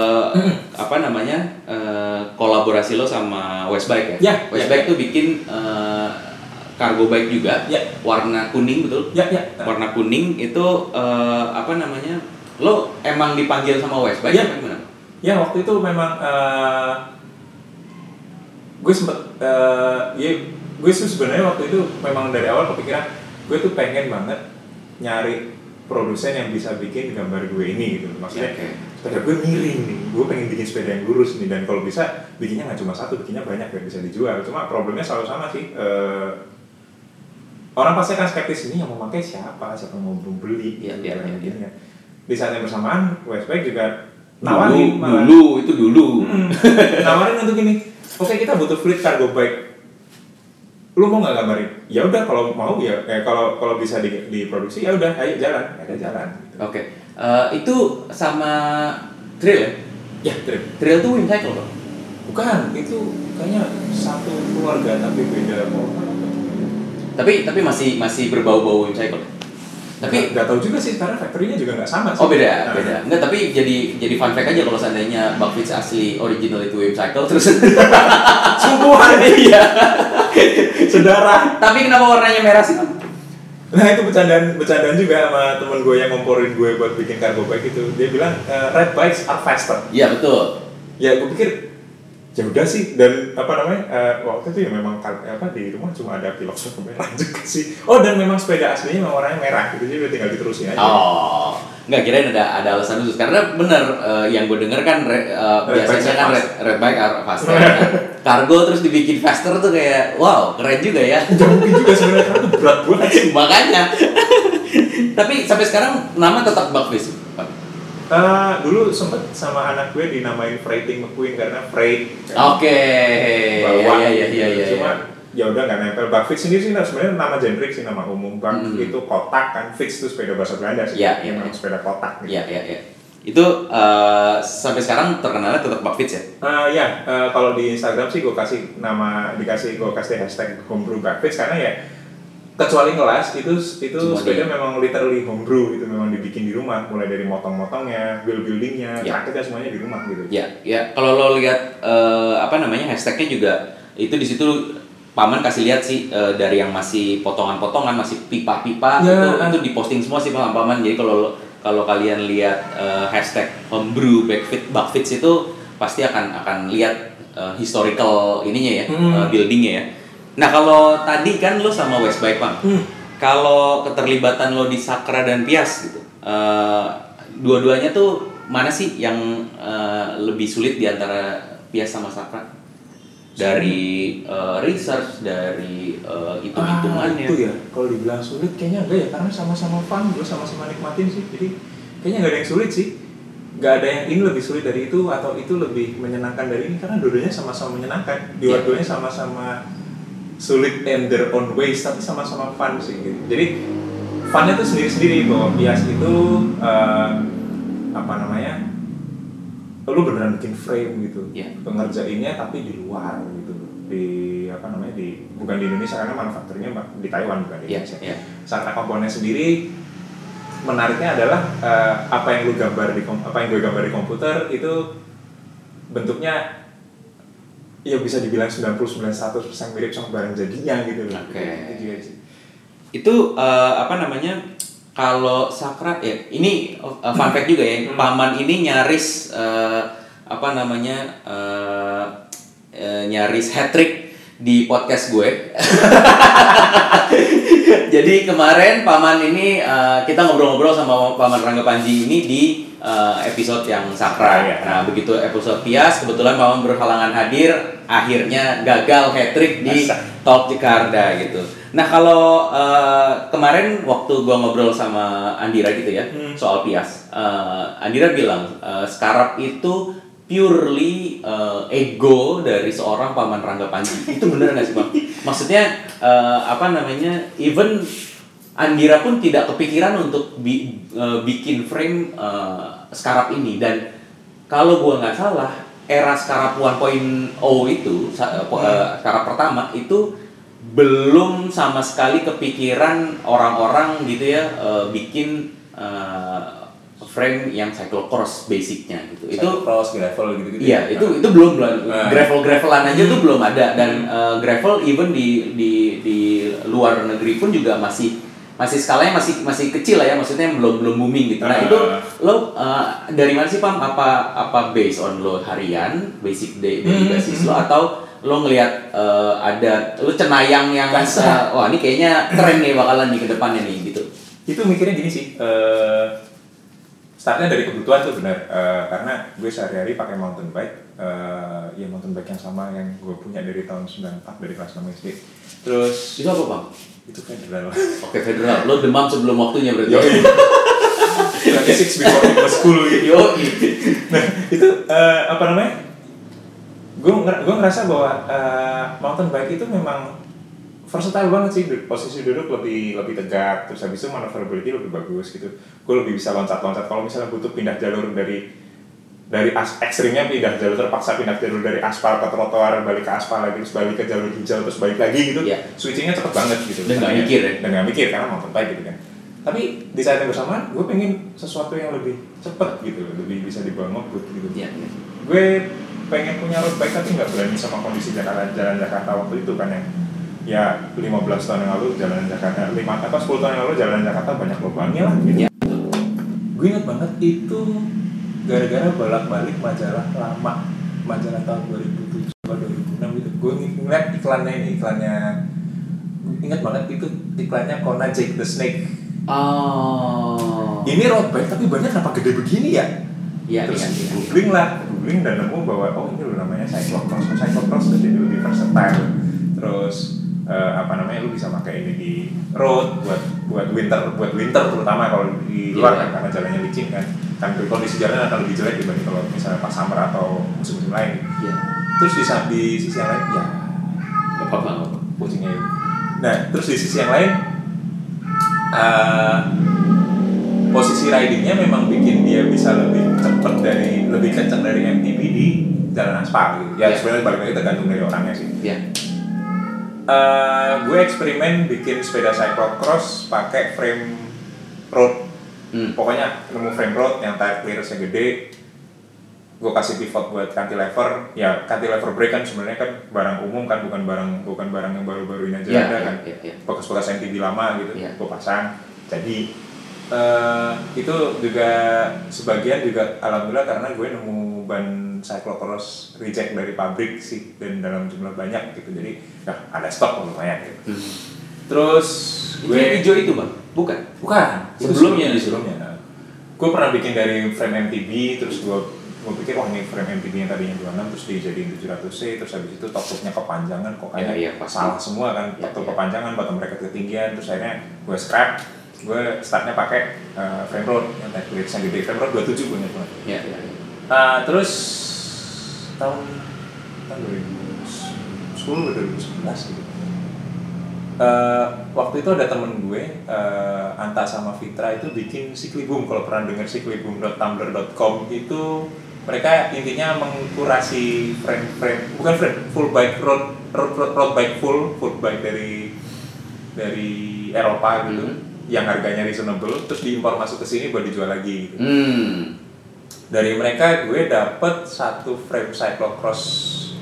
kolaborasi lo sama Westbike ya? Westbike tuh bikin cargo bike juga, warna kuning betul? Warna kuning itu lo emang dipanggil sama Westbike apa gimana? Ya waktu itu memang gue sempet gue tuh sebenarnya waktu itu memang dari awal kepikiran gue tuh pengen banget nyari produsen yang bisa bikin gambar gue ini gitu. Maksudnya sepeda gue miring nih, gue pengen bikin sepeda yang lurus nih, dan kalau bisa bikinnya nggak cuma satu, bikinnya banyak biar bisa dijual. Cuma problemnya selalu sama sih, orang pasti akan skeptis, ini yang mau pakai siapa yang mau beli. Di saat yang bersamaan Westbike juga nawarin dulu nawarin untuk ini, oke kita butuh fleet cargo bike, lu mau nggak gambarin? Ya udah kalau mau ya kalau bisa diproduksi ya udah ayo jalan gitu. Oke. Itu sama trail ya? Ya trail tuh Wim Cycle Bang? Bukan, itu kayaknya satu keluarga tapi beda orang. Tapi masih berbau-bau Wim Cycle. Tapi nggak tahu juga sih karena factory-nya juga nggak sama sih. Oh beda. Enggak, tapi jadi fun fact aja kalau seandainya Buckfits asli original itu Wim Cycle terus sungguhan iya. Saudara. Tapi kenapa warnanya merah sih? Nah itu bercandaan juga sama temen gue yang ngomporin gue buat bikin cargo bike itu. Dia bilang red bikes are faster. Iya betul. Ya gue pikir ya udah sih, dan waktu itu ya memang di rumah cuma ada pilok merah juga sih. Oh dan memang sepeda aslinya memang warnanya merah gitu, jadi udah tinggal diterusin aja. Oh nggak, kirain ada alasan khusus karena bener yang gue denger kan biasanya kan red bike are faster. Cargo terus dibikin faster tuh kayak wow keren juga ya. Nggak mungkin juga sebenarnya karena itu berat banget sih. Makanya. Tapi sampai sekarang nama tetap Buckfits. Dulu sempet sama anak gue dinamain Freighting McQueen karena freight. Oke. Iya. Cuma ya udah nggak nempel. Buckfits sendiri sih sebenarnya nama generik sih, nama umum. Buck itu kotak kan, fits itu sepeda bahasa Belanda sih. Memang sepeda kotak gitu. Iya. Itu sampai sekarang terkenalnya tetap Buckfits ya? Kalau di Instagram sih gue kasih hashtag homebrew Buckfits karena ya kecuali ngelas itu sepeda memang literally homebrew gitu, memang dibikin di rumah, mulai dari motong-motongnya, buildingnya, rakitnya semuanya di rumah gitu. Ya. Kalau lo lihat hashtagnya juga itu di situ paman kasih lihat sih dari yang masih potongan-potongan, masih pipa-pipa itu diposting semua sih paman. Jadi kalau kalian lihat hashtag homebrew Buckfits itu pasti akan lihat historical ininya ya, buildingnya ya. Nah kalau tadi kan lo sama Westbike Bang, kalau keterlibatan lo di Sakra dan Piast gitu, dua-duanya tuh mana sih yang lebih sulit di antara Piast sama Sakra? Dari research, dari hitung-hitungannya. Itu ya, kalau dibilang sulit kayaknya enggak ya, karena sama-sama fun, gue sama-sama nikmatin sih, jadi kayaknya nggak ada yang sulit sih. Nggak ada yang ini lebih sulit dari itu atau itu lebih menyenangkan dari ini, karena dua-duanya sama-sama menyenangkan, dua-duanya sama-sama sulit and their own ways, tapi sama-sama fun sih gitu. Jadi funnya tuh sendiri-sendiri, bahwa Piast itu lu beneran bikin frame gitu, pengerjainnya tapi di luar gitu, bukan di Indonesia karena manufakturnya di Taiwan, bukan di Indonesia. Sarana komponen sendiri menariknya adalah apa yang gue gambar di komputer itu bentuknya ya bisa dibilang 99-100% mirip sama barang jadinya gitu loh. Itu kalau Sakra ya ini fun fact juga ya, paman ini nyaris nyaris hat trick di podcast gue. Jadi kemarin paman ini kita ngobrol-ngobrol sama paman Rangga Panji ini di episode yang Sakra ya. Nah begitu episode Piast kebetulan paman berhalangan hadir, akhirnya gagal hat trick di Talk Jakarta gitu. Nah kalau kemarin waktu gua ngobrol sama Andira gitu ya soal Pias, Andira bilang Scarab itu purely ego dari seorang Paman Rangga Panji. Itu bener nggak sih Bang? Maksudnya even Andira pun tidak kepikiran untuk bikin frame Scarab ini. Dan kalau gua nggak salah era Scarab 1.0 itu Scarab pertama itu belum sama sekali kepikiran orang-orang gitu ya bikin frame yang cyclocross basicnya gitu. Cyclocross, gravel gitu-gitu. Iya, itu belum gravelan aja tuh belum ada. Dan gravel even di luar negeri pun juga masih skalanya masih kecil lah ya, maksudnya belum booming gitu. Nah, itu lo dari mana sih Pam? Apa based on lo harian, basic dari basis lo, atau lo ngelihat ada lo cenayang yang wah ini kayaknya keren nih bakalan nih ke depannya nih gitu. Itu mikirnya gini sih, startnya dari kebutuhan tuh benar, karena gue sehari-hari pakai mountain bike, ya mountain bike yang sama yang gue punya dari tahun 94 dari kelas 6 SD. Terus Itu apa Bang? itu federal. Oke, federal. Lo demam sebelum waktunya berarti. Lagi 6 before it was cool gitu. Nah itu apa namanya? Gue ngerasa bahwa mountain bike itu memang versatile banget sih, posisi duduk lebih tegak, terus habis itu maneuverability lebih bagus gitu. Gue lebih bisa loncat-loncat. Kalau misalnya butuh pindah jalur dari ekstrimnya pindah jalur, terpaksa pindah jalur dari aspal ke trotoar, balik ke aspal lagi, terus balik ke jalur hijau, terus balik lagi gitu. Switchingnya cepet banget gitu. Dan nggak mikir ya? Dan nggak mikir karena mountain bike gitu kan. Tapi di saat yang bersamaan, gue pengen sesuatu yang lebih cepet gitu, lebih bisa dibawa ngebut gitu. Gue pengen punya road bike tapi nggak berani sama kondisi jalan Jakarta waktu itu kan ya 15 tahun yang lalu jalan Jakarta, 10 tahun yang lalu jalan Jakarta banyak lubangnya lah gitu. Gue inget banget itu gara-gara bolak-balik majalah lama, majalah tahun 2007 atau 2006 gitu. Gue ngeliat iklannya, inget banget itu iklannya Kona Jake the Snake. Ini road bike tapi banyak kenapa gede begini ya? Terus googling dan nemu bahwa ini loh namanya cyclocross jadi lebih versatile. Terus lu bisa pakai ini di road buat winter terutama kalau di luar kan karena jalannya licin kan kondisi jalan akan lebih jelek dibanding kalau misalnya pas summer atau musim-musim lain. Terus di sisi yang lain kucingnya itu. Nah terus di sisi yang lain posisi ridingnya memang bikin dia bisa lebih kencang dari MTB di jalan aspal gitu. Sebenarnya balik lagi tergantung dari orangnya sih. Gue eksperimen bikin sepeda cyclocross pakai frame road. Pokoknya nemu frame road yang tire clearance-nya gede. Gue kasih pivot buat cantilever. Ya cantilever brake kan sebenarnya kan barang umum kan, bukan barang yang baru-baru ini aja ada kan. Bekas-bekas MTB lama gitu. Gue pasang. Jadi itu juga sebagian juga alhamdulillah karena gue nemu ban cyclocross reject dari pabrik sih dan dalam jumlah banyak gitu, jadi ada stok lumayan gitu. Terus gue hijau itu Bang? Bukan sebelumnya. Gue pernah bikin dari frame MTB, terus gue pikir ini frame MTB yang tadinya 26 terus dijadiin 700C, terus habis itu top-topnya kepanjangan kok kayak salah semua kan, top kepanjangan, bottom bracket ketinggian, terus akhirnya gue scrap. Gue startnya pakai frame road yang tadi clearance-nya gede, frame road 27 gue nyebut. Terus tahun 2010 atau 2011 gitu. Waktu itu ada temen gue, Anta sama Fitra itu bikin Cycliboom. Kalau pernah dengar cycliboom.tumblr.com itu mereka intinya mengkurasi bukan frame full bike road bike full bike dari Eropa gitu. Yang harganya reasonable, terus diimpor masuk ke sini buat dijual lagi gitu. Dari mereka gue dapet satu frame cyclocross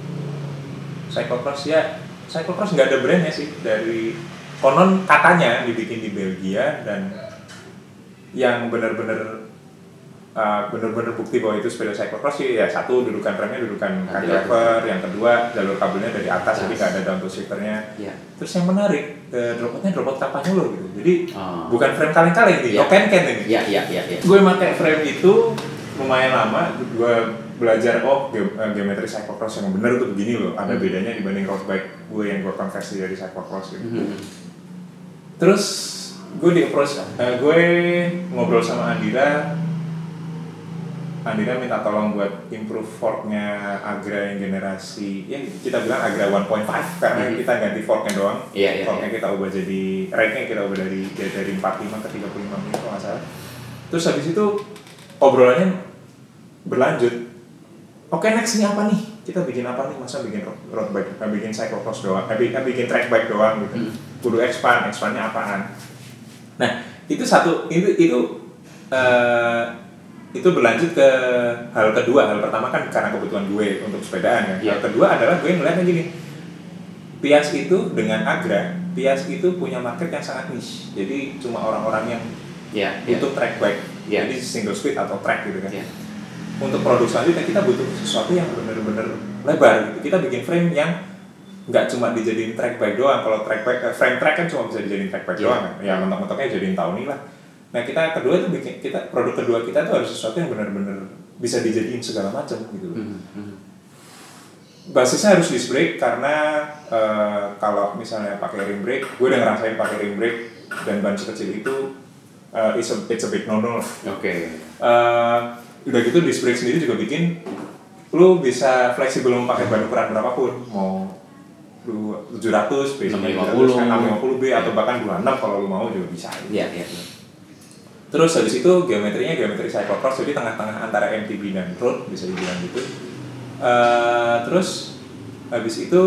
nggak ada brandnya sih, dari konon katanya dibikin di Belgia, dan yang benar-benar bukti bahwa itu sepeda cyclocross sih ya satu dudukan remnya dudukan cantilever, yang kedua jalur kabelnya dari atas jadi nggak ada down to shifternya. Terus yang menarik dropot Campagnolo gitu, jadi bukan frame kaleng-kaleng nih, Ken ini. Gue pakai frame itu lumayan lama, gue belajar geometri cyclocross yang benar tuh begini loh, ada bedanya dibanding road bike gue yang gue konversi dari cyclocross gitu. Terus gue di approach, gue ngobrol sama Andira minta tolong buat improve forknya Agra yang generasi, ya kita bilang Agra 1.5 karena kita ganti forknya doang. Forknya kita ubah jadi, rate-nya kita ubah dari 45 ke 35 menit kalau nggak salah. Terus habis itu obrolannya berlanjut. Oke, next ini apa nih? Kita bikin apa nih? Masa bikin road bike, bikin cyclocross doang, bikin track bike doang gitu. Kudu expandnya apaan? Nah, itu berlanjut ke hal kedua. Hal pertama kan karena kebutuhan gue untuk sepedaan kan. Hal kedua adalah gue ngeliatnya gini, Piast itu dengan Agra, Piast itu punya market yang sangat niche. Jadi cuma orang-orang yang butuh track bike, jadi single speed atau track gitu kan. Untuk produk selanjutnya kita butuh sesuatu yang benar-benar lebar gitu. Kita bikin frame yang nggak cuma dijadiin track bike doang. Kalau track bike, frame track kan cuma bisa dijadiin track bike doang kan. Ya mentok-mentoknya jadiin Townie lah. Nah produk kedua kita tuh harus sesuatu yang benar-benar bisa dijadiin segala macam gitu. Basisnya harus disc brake karena kalau misalnya pakai rim brake, gue udah ngerasain pakai rim brake dan ban sekecil itu it's a big no-no. Udah gitu disc brake sendiri juga bikin lu bisa fleksibel mau pakai ban ukuran berapapun, mau 700, 650B atau bahkan 26 kalau lu mau juga bisa. Terus habis itu geometri cyclocross, jadi tengah-tengah antara MTB dan road bisa dibilang gitu. Terus habis itu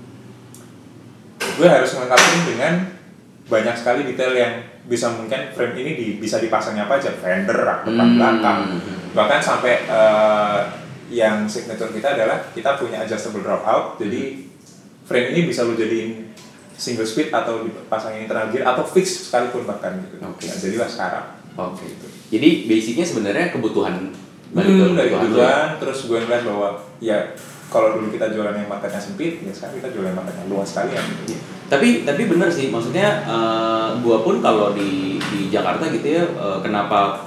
gue harus melengkapi dengan banyak sekali detail yang bisa mungkin frame ini bisa dipasangnya apa aja, fender, rak depan belakang, bahkan sampai yang signature kita adalah kita punya adjustable dropout, jadi frame ini bisa lo jadiin single speed atau dipasangin internal gear atau fix sekalipun bahkan gitu. Jadilah sekarang. Jadi basicnya sebenarnya kebutuhan dari kebutuhan. Terus gue ngeliat bahwa ya kalau dulu kita jualan yang marketnya sempit, ya sekarang kita jualan marketnya luas sekali ya. Tapi benar sih, maksudnya gue pun kalau di Jakarta gitu ya, kenapa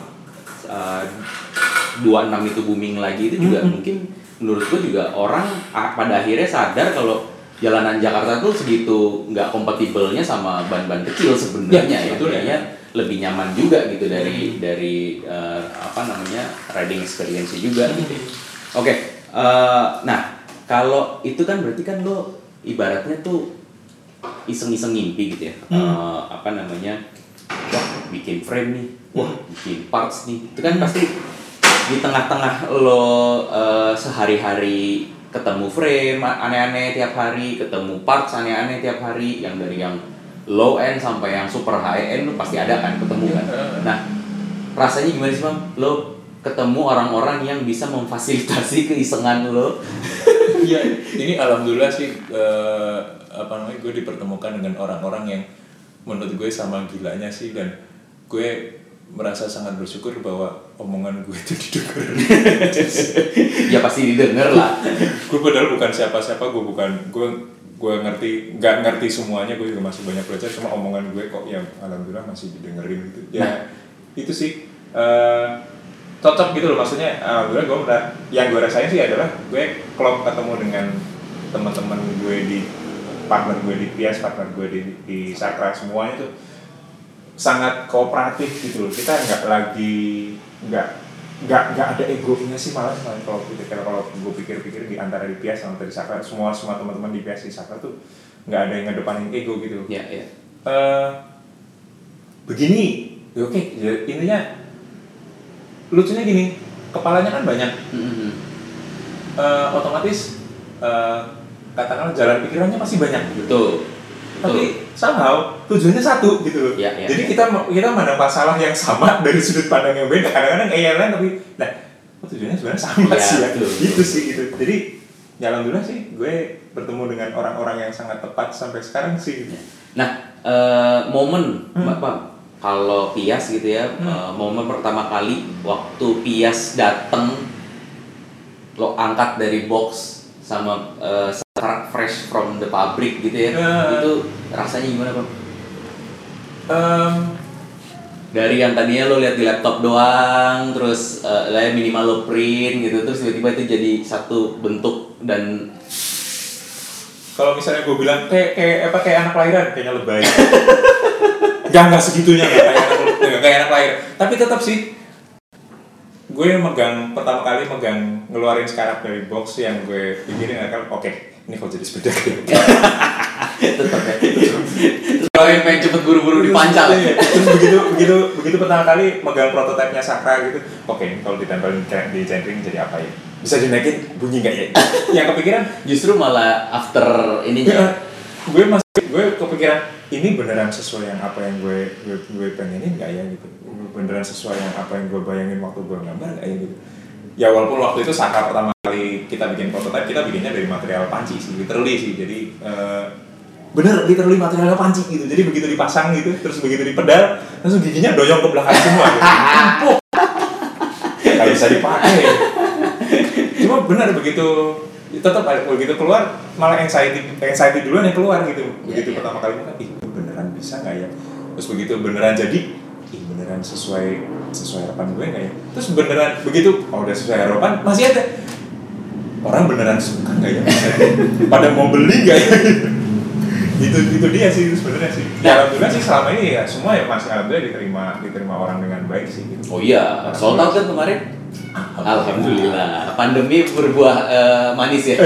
26 itu booming lagi itu juga mungkin menurut gue juga orang pada akhirnya sadar kalau jalanan Jakarta tuh segitu nggak kompatibelnya sama ban-ban kecil sebenarnya ya, lebih nyaman juga gitu dari riding experience juga gitu. Nah kalau itu kan berarti kan lo ibaratnya tuh iseng-iseng ngimpi gitu ya, wah bikin frame nih, wah bikin parts nih, itu kan pasti di tengah-tengah lo sehari-hari ketemu frame aneh-aneh tiap hari, ketemu parts aneh-aneh tiap hari, yang dari yang low end sampai yang super high end lo pasti ada kan ketemu kan. Nah rasanya gimana sih Bang, lo ketemu orang-orang yang bisa memfasilitasi keisengan lo? Ya ini alhamdulillah sih gue dipertemukan dengan orang-orang yang menurut gue sama gilanya sih, dan gue merasa sangat bersyukur bahwa omongan gue itu didengar. Ya pasti didengar lah. Gue padahal bukan siapa-siapa, gue nggak ngerti semuanya, gue juga masih banyak belajar, cuma omongan gue kok yang alhamdulillah masih didengerin gitu. Ya itu sih cocok gitu loh, maksudnya alhamdulillah yang gue rasain sih adalah gue klop ketemu dengan teman-teman gue di partner gue di Piast, partner gue di Sakra, semuanya tuh sangat kooperatif gitu loh. Kita nggak ada egonya sih, malah kalau gue pikir-pikir di antara di Piast sama di Sakra, semua teman-teman di Piast di Sakra tuh nggak ada yang ngedepanin ego gitu. Begini, oke, intinya lucunya gini, kepalanya kan banyak, otomatis katakanlah jalan pikirannya pasti banyak gitu. Tapi somehow tujuannya satu gitu loh. Jadi kita mandang masalah yang sama dari sudut pandang yang beda. Kadang-kadang lain tapi tujuannya sebenarnya sama sih ya. Itu sih gitu. Jadi ya alhamdulillah sih gue bertemu dengan orang-orang yang sangat tepat sampai sekarang sih. Nah, momen Bang, kalau Piast gitu ya, momen pertama kali waktu Piast dateng, lo angkat dari box sama fresh from the pabrik gitu ya, itu rasanya gimana Bang? Dari yang tadinya lo lihat di laptop doang, terus minimal lo print gitu, terus tiba-tiba itu jadi satu bentuk. Dan kalau misalnya gue bilang kayak anak lahiran, kayaknya lebay. Nggak segitunya, nggak kayak anak lahiran. Tapi tetap sih, gue pertama kali ngeluarin sekarang dari box yang gue pikirin adalah oke, ini kalau jadi sepeda tetap ya. Kalau yang pengen cepet buru-buru dipancal. Terus begitu pertama kali megang prototipenya Sakra gitu, oke, kalau ditempelin di centering jadi apa ya? Bisa dinaikin, bunyi nggak ya? Yang kepikiran Justru malah after ininya. Gue kepikiran ini beneran sesuai yang apa yang gue pengenin nggak ya gitu, beneran sesuai yang apa yang gue bayangin waktu gue gambar nggak ya gitu. Ya walaupun waktu itu Sakra pertama kali kita bikin prototipe, kita bikinnya dari material panci sih, literally sih. Jadi literally materialnya panci gitu. Jadi begitu dipasang gitu, terus begitu dipedal, langsung giginya doyong ke belakang semua gitu. Empuk. Nggak bisa dipakai. Cuma benar begitu keluar malah anxiety duluan yang keluar gitu. Begitu pertama kali kan, beneran bisa nggak ya? Terus begitu beneran jadi, beneran sesuai harapan gue nggak ya? Terus beneran begitu, udah sesuai harapan, masih ada orang beneran suka nggak ya? Pada mau beli nggak ya? itu dia sih sebenarnya sih. Ya alhamdulillah sih selama ini ya semua ya masih alhamdulillah diterima orang dengan baik sih gitu. Oh iya, sold out kan kemarin? Alhamdulillah. Pandemi berbuah manis ya.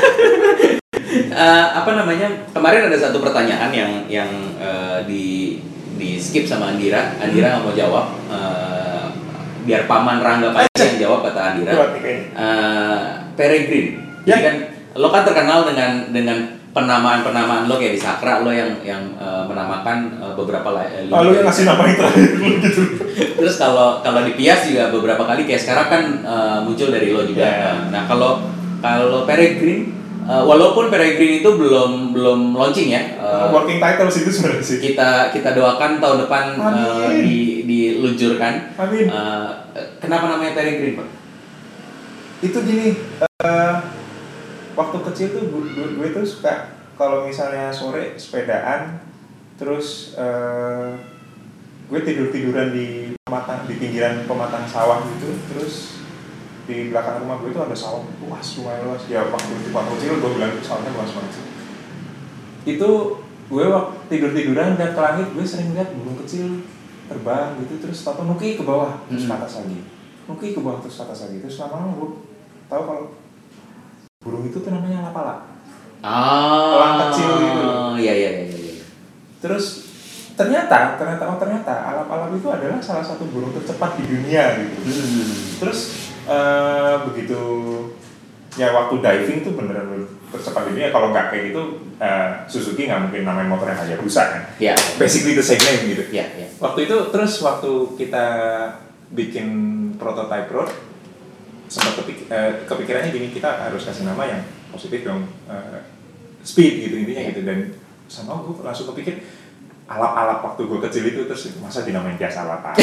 Apa namanya? Kemarin ada satu pertanyaan yang di skip sama Andira. Andira nggak mau jawab. Biar paman Rangga Panca yang jawab, kata Andira. Peregrine. Jadi kan lo kan terkenal dengan penamaan lo kayak di Sakra, lo yang menamakan beberapa lo yang ngasih nama itu gitu. Terus kalau di Pias juga beberapa kali kayak sekarang kan muncul dari lo juga. Nah kalau Peregrine, walaupun Peregrine itu belum launching ya, working title sih itu sebenarnya sih. Kita doakan tahun depan diluncurkan. Amin. Kenapa namanya Peregrine, Pak? Itu gini, waktu kecil tuh gue tuh suka kalau misalnya sore sepedaan, terus gue tiduran di pinggiran pematang sawah gitu, terus di belakang rumah gue tuh ada sawah luas ya. Waktu kecil gue bilang itu sawahnya luas banget sih. Itu gue waktu tiduran dan ke langit, gue sering lihat burung kecil terbang gitu, terus tato nuki ke bawah terus ke atas lagi, nuki ke bawah terus ke atas lagi, terus lama-lama gue tahu kalau burung itu tuh namanya alapala. Elang kecil gitu. Iya. Terus ternyata alap-alap itu adalah salah satu burung tercepat di dunia gitu. Terus begitu ya waktu diving tuh beneran tercepat di dunia. Kalau nggak kayak gitu, Suzuki nggak mungkin namain motornya Hayabusa kan. Iya. Basically the same name gitu. Iya. Waktu kita bikin prototype road, sempat kepikirannya gini, kita harus kasih nama yang positif dong, speed gitu intinya gitu. Dan sama gue langsung kepikir alap-alap waktu gue kecil itu, terus masa dinamain Pias alap-alap.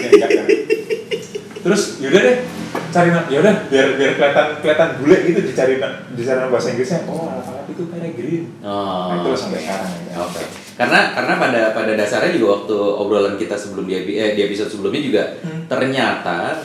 Terus yaudah deh biar kelihatan bule gitu, dicari nama bahasa Inggrisnya. Alap-alap itu Peregrine. Nah, itu sampai sekarang ya. Oke. Karena pada dasarnya juga waktu obrolan kita sebelum di episode sebelumnya juga ternyata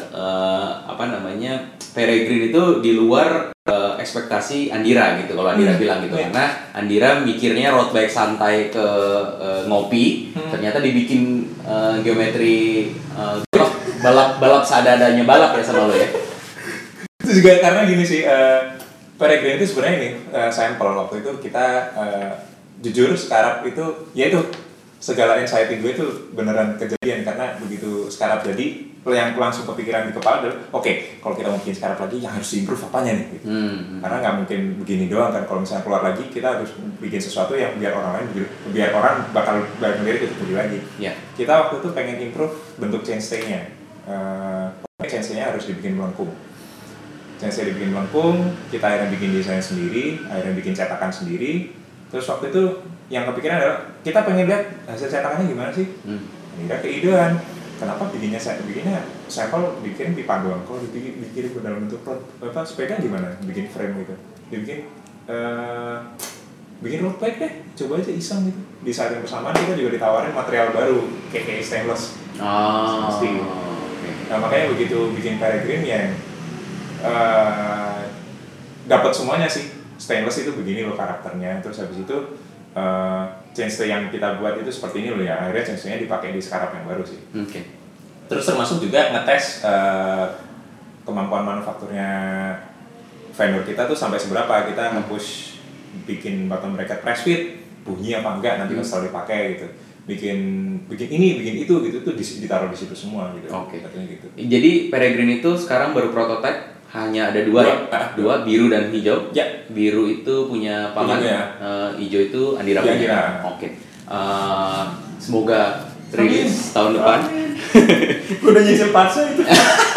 Peregrine itu di luar ekspektasi Andira gitu, kalau Andira bilang gitu. Karena Andira mikirnya road bike santai ke ngopi, ternyata dibikin geometri balap seadanya balap ya sama lo ya. Itu juga karena gini sih, Peregrine itu sebenarnya ini sampel. Waktu itu kita jujur sekarang itu ya itu segala anxiety gue itu beneran kejadian, karena begitu sekarang jadi yang langsung kepikiran di kepala adalah oke, kalau kita mau bikin sekarang lagi yang harus diimprove apanya nih gitu. Karena nggak mungkin begini doang kan, kalau misalnya keluar lagi kita harus bikin sesuatu yang biar orang bakal balik sendiri itu beli lagi. Kita waktu itu pengen improve bentuk chainstay-nya. Chainstay-nya harus dibikin melengkung. Chainstay dibikin melengkung, kita akhirnya bikin desain sendiri, akhirnya bikin cetakan sendiri. Terus waktu itu yang kepikiran adalah kita pengen lihat hasil cetakannya gimana sih. Akhirnya keidean, kenapa bikinnya sampel dikirim pipa doang, kalau dikirim ke dalam bentuk sepeda gimana, bikin frame gitu, bikin road bike deh, coba aja iseng gitu. Di saat yang bersamaan kita juga ditawarin material baru kayak stainless. Pasti. Oke. Nah makanya begitu bikin Peregrine yang dapat semuanya sih. Stainless itu begini loh karakternya, terus habis itu chainstay yang kita buat itu seperti ini loh ya, akhirnya chainstay-nya dipakai di scarab yang baru sih. Oke. Terus termasuk juga ngetes kemampuan manufakturnya vendor kita tuh sampai seberapa, kita nge-push bikin bottom bracket press fit bunyi apa enggak nanti setelah dipakai gitu, bikin ini bikin itu gitu tuh ditaruh di situ semua gitu. Oke. Katanya gitu. Jadi Peregrine itu sekarang baru prototipe, hanya ada dua, biru dan hijau. Ya. Biru itu punya Paman, hijau itu Andira Ya, punya. Andira. Oke. Semoga rilis tahun depan. Gue udah nyicil parsa itu.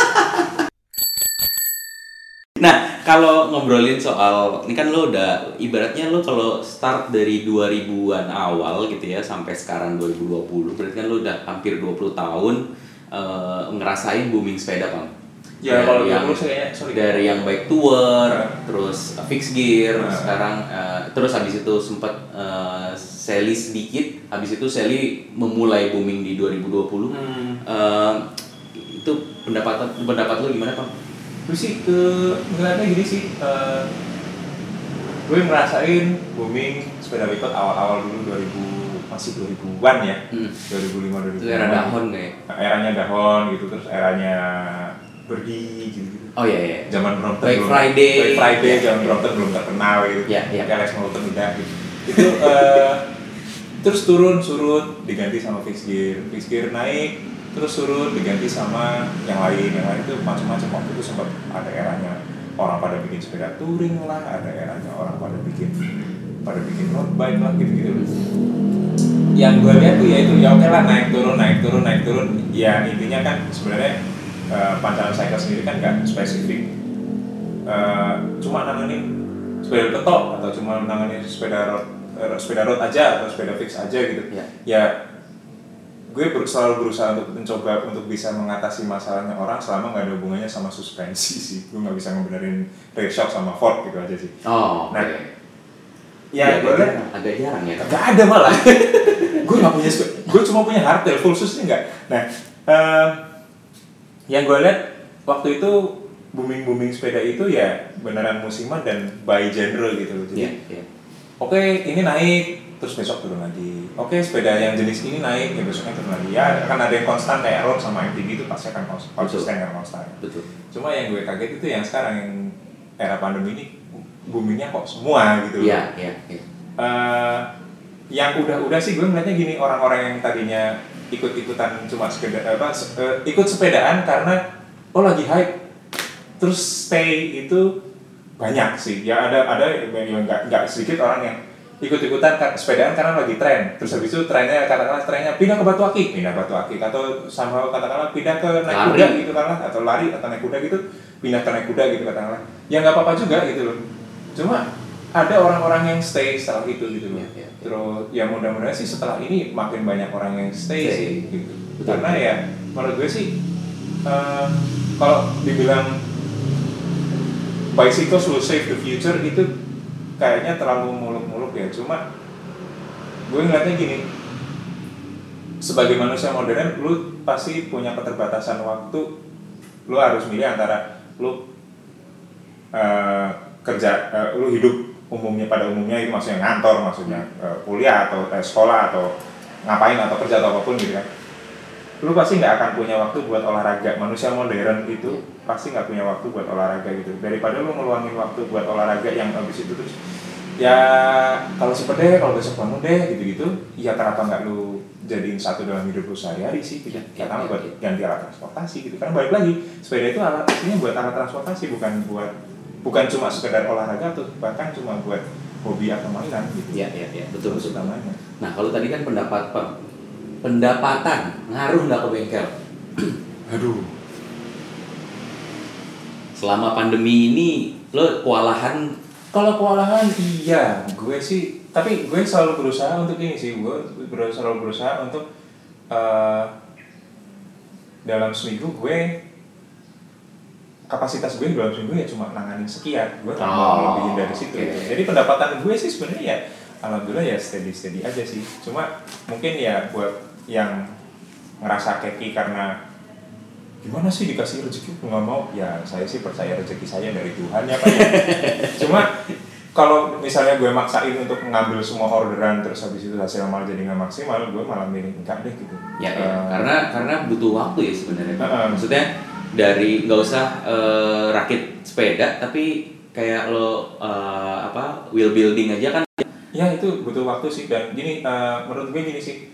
Nah, kalau ngobrolin soal ini kan lo udah ibaratnya lo kalau start dari 2000-an awal gitu ya sampai sekarang 2020, berarti kan lo udah hampir 20 tahun ngerasain booming sepeda, Bang. Ya kalau yang dari yang bike tour, terus fixed gear, sekarang terus habis itu sempat Sally sedikit, habis itu Sally memulai booming di 2020. Itu pendapat lo gimana, Bang? Gue sih ngeliatnya gini sih, gue ngerasain booming sepeda lipat awal-awal dulu 2000-an ya, 2005-2006. Itu era Dahon kayak. Eranya Dahon gitu, terus eranya Birdie gitu. Oh iya. Zaman Brompton Black Friday, zaman Brompton belum terkenal gitu. Iya. Alex Moulton udah gitu. Itu terus turun surut diganti sama fixed gear naik, terus surut diganti sama yang lain itu macam-macam. Waktu itu sempat ada eranya orang pada bikin sepeda touring lah, ada eranya orang pada bikin road bike lah gitu. Yang gue lihat tuh ya itu ya oke lah, naik turun ya intinya kan sebenarnya Pancalan Cycle sendiri kan nggak spesifik cuma nanganin sepeda petok atau cuma nanganin sepeda road aja atau sepeda fix aja gitu. Ya gue selalu berusaha untuk mencoba untuk bisa mengatasi masalahnya orang selama nggak ada hubungannya sama suspensi sih. Gue nggak bisa ngebenerin rear shock sama fork gitu aja sih. Oh, nah, ya gue agak jarang ya. Gak ada malah. Gue nggak punya, gue cuma punya hardtail, full susnya nggak. Nah, yang gue lihat waktu itu booming sepeda itu ya beneran musiman dan by general gitu. Jadi, oke, ini naik, terus besok turun lagi. Oke, sepeda yang jenis ini naik, ya besoknya turun lagi. Ya akan ada yang konstan kayak road sama MTB itu pasti akan konsisten dan konstan. Betul. Cuma yang gue kaget itu yang sekarang yang era pandemi ini boomingnya kok semua gitu. Iya. Yang udah sih gue ngeliatnya gini, orang-orang yang tadinya ikut-ikutan cuma ikut sepedaan karena lagi hype, terus stay itu banyak sih. Ya ada yang nggak sedikit orang yang ikut-ikutan sepedaan karena lagi tren. Terus habis itu trennya pindah ke Batu Akik atau sama katakanlah pindah ke naik kuda gitu kan, atau lari atau naik kuda gitu, pindah ke naik kuda gitu katakanlah. Ya nggak apa-apa juga gitu loh. Cuma ada orang-orang yang stay setelah itu gitu loh. Terus ya mudah-mudahan sih setelah ini makin banyak orang yang stay sih gitu. Karena ya menurut gue sih kalau dibilang bicycles will save the future itu kayaknya terlalu muluk-muluk ya. Cuma gue ngeliatnya gini, sebagai manusia modern lu pasti punya keterbatasan waktu. Lu harus milih antara lu lu hidup pada umumnya itu maksudnya ngantor, maksudnya kuliah atau sekolah atau ngapain atau kerja atau apapun gitu kan. Lu pasti nggak akan punya waktu buat olahraga. Manusia modern itu pasti nggak punya waktu buat olahraga gitu. Daripada lu ngeluangin waktu buat olahraga yang habis itu terus ya kalau sepeda kalau besok bangun deh gitu-gitu, ya kenapa nggak lu jadiin satu dalam hidup lu sehari-hari sih gitu. Karena buat ganti alat transportasi gitu. Karena balik lagi sepeda itu aslinya buat alat transportasi, bukan cuma sekedar olahraga atau bahkan cuma buat hobi atau mainan gitu. Iya, betul utamanya. Nah, kalau tadi kan pendapatan ngaruh nggak ke bengkel? Aduh. Selama pandemi ini lo kewalahan? Kalau kewalahan iya, tapi gue selalu berusaha untuk ini sih, selalu berusaha untuk dalam seminggu gue kapasitas gue dalam seminggu ya cuma nanganin sekian, gue nggak mau lebihin dari situ. Jadi pendapatan gue sih sebenarnya ya alhamdulillah ya steady aja sih. Cuma mungkin ya buat yang ngerasa keki karena gimana sih dikasih rezeki nggak mau, ya saya sih percaya rezeki saya dari Tuhan ya Pak. Cuma kalau misalnya gue maksain untuk ngambil semua orderan terus habis itu hasilnya malah jadi nggak maksimal, gue malah milih enggak deh gitu. Ya, karena butuh waktu ya sebenarnya. Maksudnya dari nggak usah rakit sepeda, tapi kayak lo wheel building aja kan. Ya itu butuh waktu sih, dan gini menurut gue gini sih,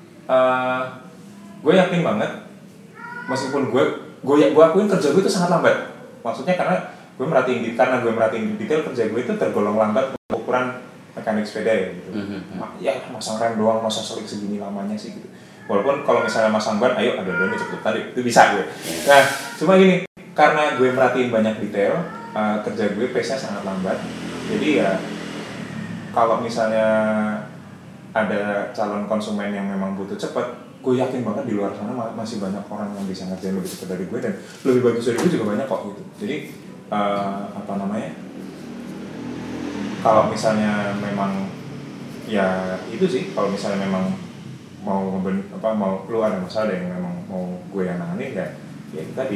gue yakin banget meskipun gue akuin kerja gue itu sangat lambat. Maksudnya karena gue merhatiin detail kerja gue itu tergolong lambat untuk ukuran mekanik sepeda ya gitu. Ya masang rem doang masa selik segini lamanya sih gitu. Walaupun kalau misalnya masang ban, ayo ada cepet tadi itu bisa gue. Nah cuma gini, karena gue merhatiin banyak detail, kerja gue pace-nya sangat lambat. Jadi ya kalau misalnya ada calon konsumen yang memang butuh cepat, gue yakin banget di luar sana masih banyak orang yang bisa ngerjain lebih cepat dari gue dan lebih bagus dari gue juga banyak kok gitu. Jadi kalau misalnya memang ya itu sih, kalau misalnya memang mau lu ada masalah yang memang mau gue yang nangani ya itu tadi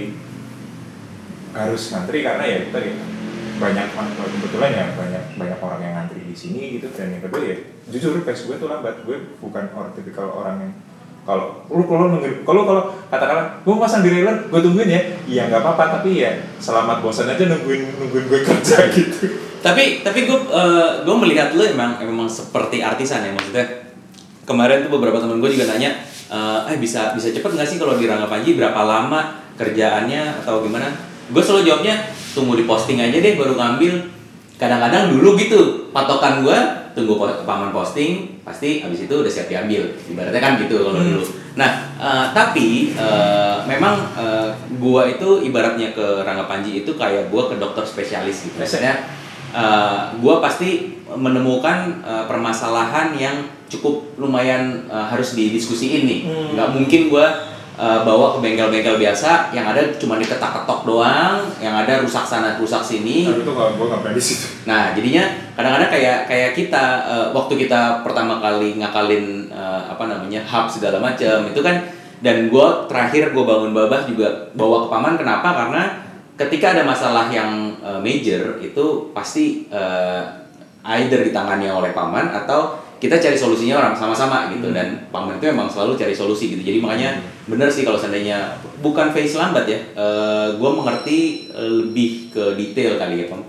harus ngantri, karena ya itu tadi kebetulan ya banyak orang yang ngantri di sini gitu. Dan yang kedua ya jujur pace gue tuh lambat. Gue bukan tipikal orang yang kalau katakanlah gue pasang di railer gue tungguin ya nggak apa-apa, tapi ya selamat bosan aja nungguin gue kerja gitu. Tapi gue melihat lo emang seperti artisan ya. Maksudnya kemarin tuh beberapa teman gue juga nanya, bisa cepet nggak sih kalau di Rangga Panji, berapa lama kerjaannya atau gimana? Gue selalu jawabnya tunggu di posting aja deh baru ngambil. Kadang-kadang dulu gitu patokan gue, tunggu paman posting pasti habis itu udah siap diambil, ibaratnya kan gitu kalau dulu. Nah tapi memang gue itu ibaratnya ke Rangga Panji itu kayak gue ke dokter spesialis gitu. Biasanya gue pasti menemukan permasalahan yang cukup lumayan harus didiskusiin nih. Nggak mungkin gue bawa ke bengkel-bengkel biasa yang ada cuma diketak-ketok doang, yang ada rusak sana rusak sini. Nah, itu gue nggak pernah di situ. Nah jadinya kadang-kadang kayak kita waktu kita pertama kali ngakalin hub segala macam itu kan, dan gue terakhir gue bangun Babah juga bawa ke paman. Kenapa? Karena ketika ada masalah yang major itu pasti either ditangani oleh paman atau kita cari solusinya orang sama-sama gitu. Dan paman itu memang selalu cari solusi gitu. Jadi makanya bener sih kalau seandainya bukan face lambat ya, gue mengerti lebih ke detail kali ya Pam.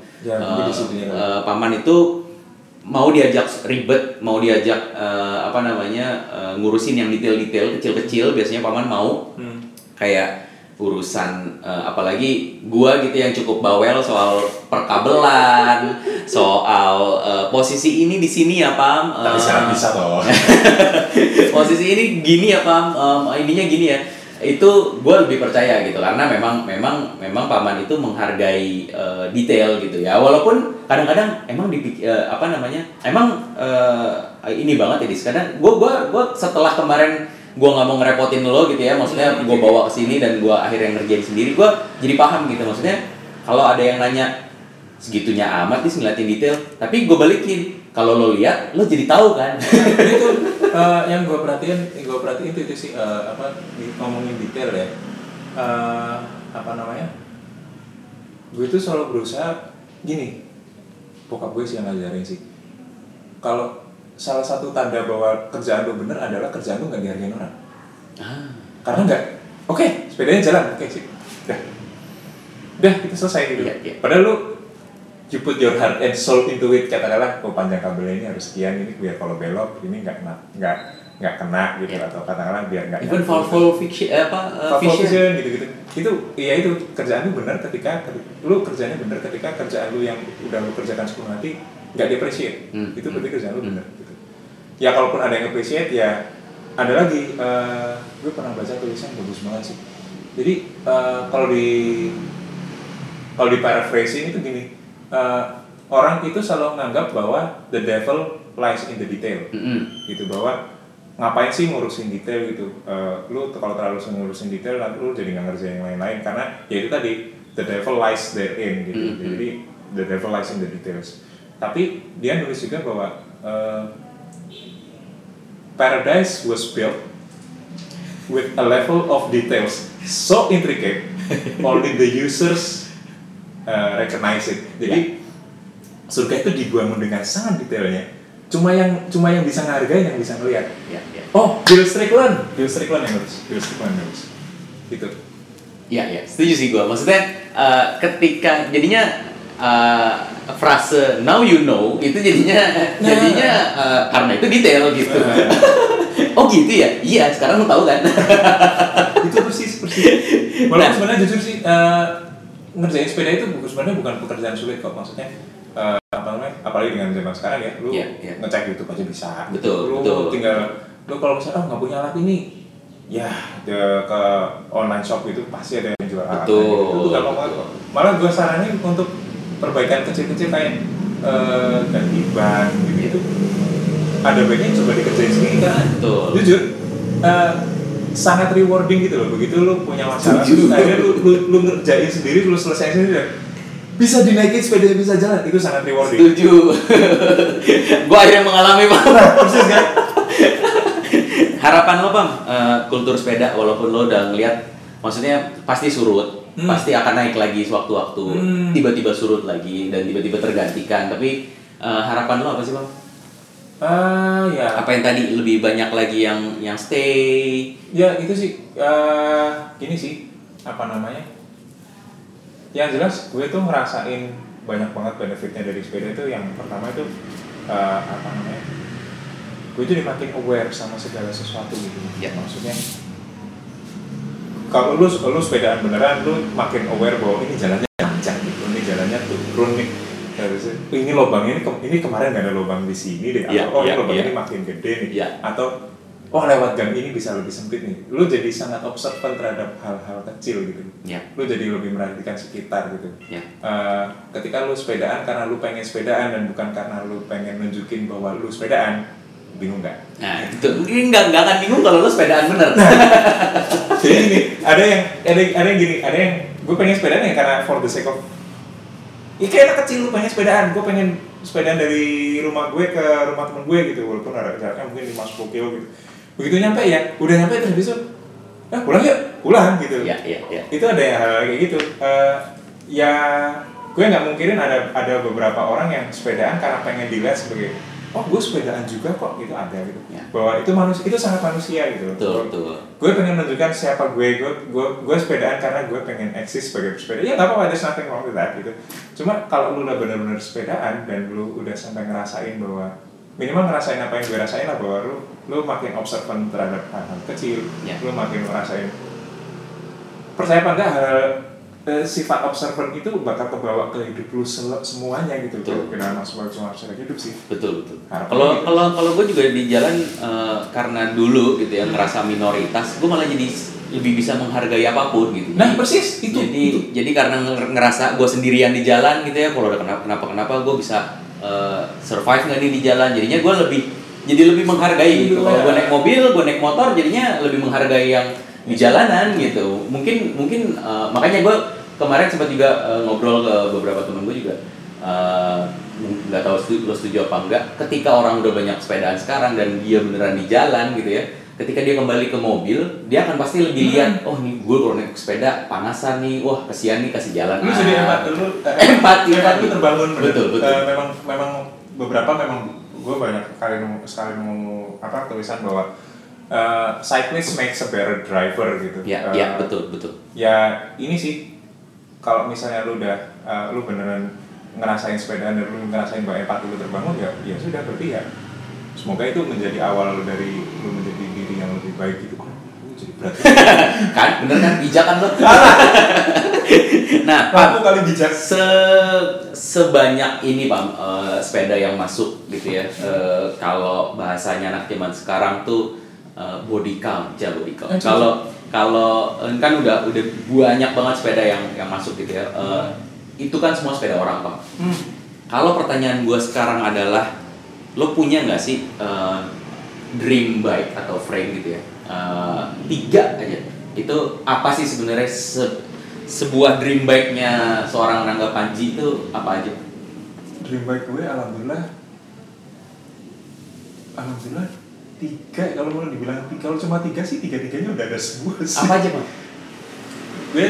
Paman itu mau diajak ribet, mau diajak ngurusin yang detail-detail kecil-kecil, biasanya paman mau. Kayak urusan apalagi gua gitu yang cukup bawel soal perkabelan, soal posisi ini di sini ya Pam. Tapi sekarang bisa toh. Posisi ini gini ya Pam, ininya gini ya. Itu gua lebih percaya gitu karena memang paman itu menghargai detail gitu ya. Walaupun kadang-kadang emang ini banget ya kadang gua setelah kemarin gue nggak mau ngerepotin lo gitu ya, maksudnya gue bawa ke sini dan gue akhirnya ngerjain sendiri, gue jadi paham gitu. Maksudnya kalau ada yang nanya segitunya amat nih ngeliatin detail, tapi gue balikin, kalau lo lihat lo jadi tahu kan. Itu yang gue perhatiin itu sih ngomongin detail ya, gue tuh selalu berusaha gini, bokap gue sih yang ngajarin sih, kalau salah satu tanda bahwa kerjaan lu bener adalah kerjaan lu nggak dihargain orang. Karena nggak, oke, sepedanya jalan, oke sih, udah kita selesai gitu. Padahal lu you put your heart and soul into it, katakanlah, panjang kabelnya ini harus sekian, ini biar kalau belok ini nggak kena gitu, atau katakanlah biar nggak. Even valve vision gitu. Itu kerjaan lu bener ketika lu kerjanya bener ketika kerjaan lu yang udah lu kerjakan sepenuh hati nggak di-appreciate. Itu berarti kerjaan lu bener gitu. Ya kalaupun ada yang appreciate ya ada lagi, gue pernah baca tulisan bagus banget sih. Jadi kalau di paraphrasing itu gini, orang itu selalu menganggap bahwa the devil lies in the detail. Gitu, bahwa ngapain sih ngurusin detail gitu, lu kalau terlalu ngurusin detail nanti lu jadi nggak ngerjain yang lain-lain, karena ya itu tadi the devil lies therein gitu. Jadi the devil lies in the details. Tapi dia nulis juga bahwa paradise was built with a level of details so intricate only the users recognize it. Jadi surga itu dibangun dengan sangat detailnya. Cuma yang bisa ngargain, yang bisa ngeliat. Oh, Bill Strickland yang nulis. Gitu. Iya, setuju sih gue. Maksudnya ketika jadinya frase now you know itu jadinya karena itu detail gitu. Oh gitu ya? Iya, sekarang lo tahu kan? Itu persis. Walaupun sebenarnya jujur sih ngerjain sepeda itu sebenarnya bukan pekerjaan sulit kok, maksudnya apalagi dengan zaman sekarang ya, lu ngecek YouTube aja bisa. Betul. Tinggal lu kalau misalnya nggak punya alat ini, ya ke online shop itu pasti ada yang jual alat. Itu gampang banget kok. Malah gue saranin untuk perbaikan kecil-kecil kayak ganti ban gitu. Ada baiknya coba dikerjain sendiri kan. Jujur. Sangat rewarding gitu loh. Begitu lu punya masalah, akhirnya lu ngerjain sendiri, lu selesai sendiri. Bisa dinaikin sepedanya bisa jalan, itu sangat rewarding. Setuju. Gua akhirnya mengalami Bang. Persis kan? Harapan lo Bang, kultur sepeda walaupun lo udah ngeliat, maksudnya pasti surut, pasti akan naik lagi sewaktu-waktu, tiba-tiba surut lagi dan tiba-tiba tergantikan. Tapi harapan lo apa sih Bang? Ya. Apa yang tadi lebih banyak lagi yang stay? Ya itu sih, gini sih, apa namanya? Yang jelas gue tuh ngerasain banyak banget benefitnya dari sepeda itu. Yang pertama itu apa namanya, gue jadi makin aware sama segala sesuatu gitu. Maksudnya kalau lu sepedaan beneran, lu makin aware bahwa ini jalannya panjang gitu, ini jalannya turun nih, ini lubangnya ini kemarin gak ada lubang di sini deh, atau ini lubang ini makin gede nih, atau lewat gang ini bisa lebih sempit nih. Lu jadi sangat observant terhadap hal-hal kecil gitu. Lu jadi lebih merhatikan sekitar gitu. Ketika lu sepedaan karena lu pengen sepedaan dan bukan karena lu pengen nunjukin bahwa lu sepedaan, bingung nggak? Nah itu nggak akan bingung kalau lu sepedaan bener. Jadi gini, ada yang gini, ada yang gue pengen sepedaan ya karena for the sake of, ya kayak anak kecil lu pengen sepedaan, gue pengen sepedaan dari rumah gue ke rumah temen gue gitu, walaupun ada jaraknya mungkin 5-10 kilo gitu. Begitu nyampe ya, udah nyampe terus besok, pulang gitu. Itu ada hal kayak gitu. Ya gue nggak mungkinin ada beberapa orang yang sepedaan karena pengen dilihat sebagai, gue sepedaan juga kok, gitu ada gitu. Bahwa itu sangat manusia gitu. Betul. Gue pengen menunjukkan siapa gue sepedaan karena gue pengen eksis sebagai pesepeda. Ya nggak apa-apa, there's nothing wrong with that gitu. Cuma kalau lu udah benar-benar sepedaan dan lu udah sampai ngerasain bahwa, minimal ngerasain apa yang gue rasain lah, bahwa lu makin observant terhadap hal-hal kecil, lu makin ngerasain, percaya apa enggak, sifat observant itu bakal kebawa ke hidup lu semuanya gitu. Kenapa semua hidup sih. Betul. Kalau gue juga di jalan karena dulu gitu ya ngerasa minoritas, gue malah jadi lebih bisa menghargai apapun gitu. Nah persis itu. Jadi karena ngerasa gue sendirian di jalan gitu ya, kalau udah kenapa gue bisa survive nggak nih di jalan, jadinya gue lebih menghargai gitu. Kalau gue naik mobil, gue naik motor, jadinya lebih menghargai yang di jalanan gitu. Mungkin makanya gue kemarin sempat juga ngobrol ke beberapa temen gue juga, nggak tahu lo setuju apa enggak, ketika orang udah banyak sepedaan sekarang dan dia beneran di jalan gitu ya, ketika dia kembali ke mobil, dia akan pasti lebih lihat, oh nih gue kalau naik sepeda panasan nih, wah kasihan nih kasih jalan. Lu jadi empati lu terbangun. Betul. Memang beberapa gue banyak sekali nemu tulisan bahwa cyclist makes a better driver gitu. Ya, betul. Ya ini sih, kalau misalnya lu beneran ngerasain sepedaan dan lu ngerasain bahwa empati lu terbangun, ya sudah, berarti ya semoga itu menjadi awal dari lu menjadi diri yang lebih baik gitu. Jadi berat. Kan bener kan, bijak kan lo. Nah, aku kali bijak. Sebanyak ini Pak, sepeda yang masuk gitu ya. Kalau bahasanya anak zaman sekarang tuh body count. Kalau kan udah banyak banget sepeda yang masuk gitu ya. Itu kan semua sepeda orang Pak. Kalau pertanyaan gue sekarang adalah, lo punya nggak sih dream bike atau frame gitu ya? 3 aja. Itu apa sih sebenarnya sebuah dream bike-nya seorang Rangga Panji itu apa aja? Dream bike gue alhamdulillah 3, kalau mau dibilang 3, kalau cuma 3 sih, 3-3-nya udah ada semua sih. Apa aja bang? Gue,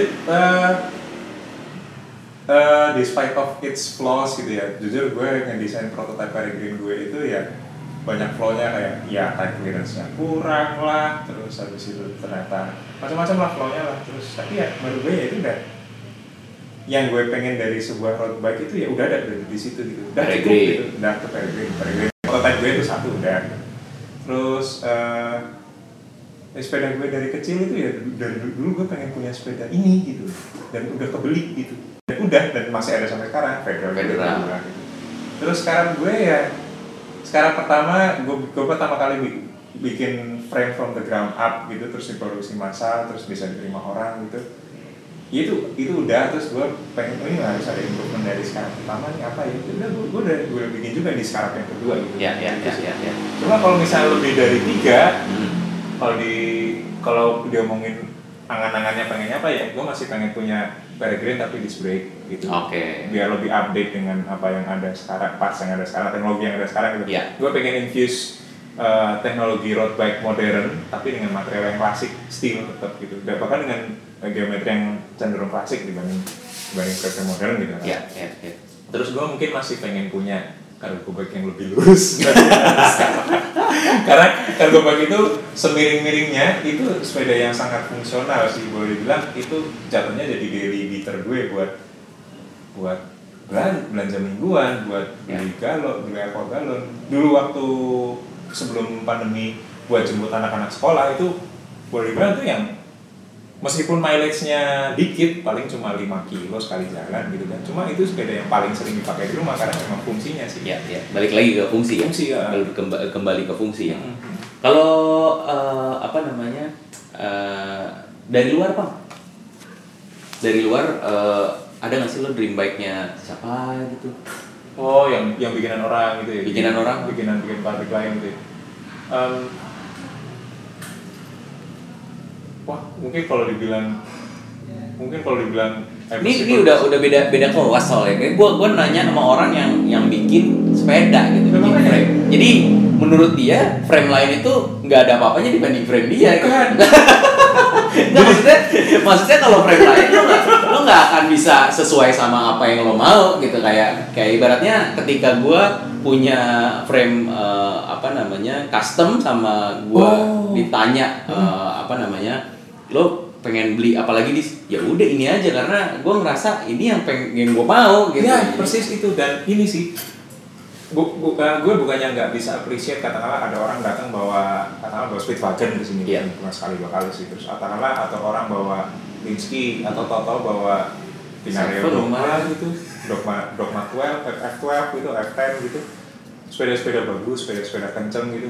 despite of its flaws gitu ya, jujur gue ngedesain prototype Peregrine gue itu ya banyak flaw-nya, kayak ya tight clearance-nya kurang lah, terus habis itu ternyata macam-macam lah flaw-nya lah, terus tapi ya menurut gue ya itu udah yang gue pengen dari sebuah road bike itu ya udah ada di situ gitu, udah cukup gitu, udah ke Peregrine prototype gue itu satu udah. Terus sepeda gue dari kecil itu ya dari dulu gue pengen punya sepeda ini gitu, dan udah kebeli gitu, dan udah, dan masih ada sampai sekarang Federal. Gitu. Terus sekarang gue ya pertama gue pertama kali bikin frame from the ground up gitu, terus diproduksi massal, terus bisa diterima orang gitu. Itu udah, terus gue pengen ini harus ada improvement dari sekarang pertama nih apa ya, udah gue udah bikin juga di sekarang yang kedua gitu. Ya. Cuma kalau misalnya lebih dari 3, kalau diomongin angan-angannya pengennya apa ya, gue masih pengen punya Peregrine tapi disc brake gitu. Oke. Biar lebih update dengan apa yang ada sekarang, parts yang ada sekarang, teknologi yang ada sekarang gitu. Yeah. Gue pengen infuse teknologi road bike modern tapi dengan material yang klasik, steel tetap gitu. Dan bahkan dengan geometri yang cenderung klasik dibanding frame modern gitu kan. Iya. Terus gue mungkin masih pengen punya cargo bike yang lebih lurus. Karena cargo bike itu semiring-miringnya itu sepeda yang sangat fungsional sih, boleh dibilang itu jatuhnya jadi daily beater gue buat belanja mingguan, buat beli galon, beli aqua galon. Dulu waktu sebelum pandemi buat jemput anak-anak sekolah itu boleh dibilang tuh yang meskipun mileage-nya dikit, paling cuma 5 kilo sekali jalan gitu kan. Cuma itu sepeda yang paling sering dipakai di rumah karena memang fungsinya sih. Iya. Balik lagi ke fungsi ya. Kembali ke fungsi ya. Kalau dari luar Bang? Dari luar ada nggak sih lo dream bike-nya siapa gitu? Oh, yang bikinan orang gitu ya. Bikinan pabrik lain gitu ya. Wah, mungkin kalau dibilang ini udah beda kelas soalnya. Gue nanya sama orang yang bikin sepeda gitu, bikin frame. Jadi menurut dia frame lain itu nggak ada apa-apanya dibanding frame dia kan. maksudnya kalau frame lain lo nggak akan bisa sesuai sama apa yang lo mau gitu, kayak ibaratnya ketika gue punya frame custom sama gue ditanya lo pengen beli apalagi ya udah ini aja karena gue ngerasa ini yang gue mau gitu. Ya persis itu, dan ini sih gue bukannya nggak bisa appreciate, katakanlah ada orang datang bawa Speedwagon di sini, cuma sekali 2 kali sih, terus katakanlah atau orang bawa Linsky atau Toto bawa Pinarello Dogma gitu, Dogma 12, F12 gitu, F10 gitu, sepeda-sepeda bagus, sepeda-sepeda kenceng gitu.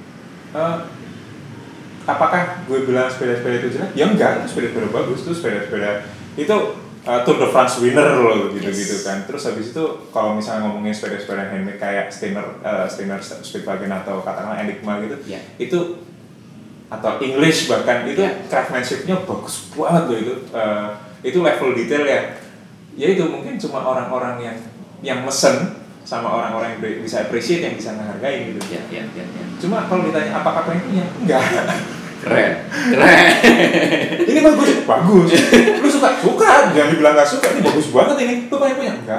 Apakah gue bilang sepeda-sepeda itu jelek? Ya enggak, itu sepeda-sepeda bagus, itu sepeda-sepeda itu Tour de France winner loh gitu kan. Terus habis itu kalau misalnya ngomongin sepeda-sepeda handmade kayak Steiner Speedwagon atau katakanlah Enigma gitu, itu atau English bahkan itu craftsmanship-nya bagus banget loh itu level detail ya. Ya itu mungkin cuma orang-orang yang mesen sama orang-orang yang bisa appreciate, yang bisa menghargai gitu. Ya. Cuma kalau ditanya apakah pengen punya? Enggak. Keren. Ini bagus. Lu suka? Jangan dibilang nggak suka. Ini bagus banget ini. Lu pengen punya? Enggak.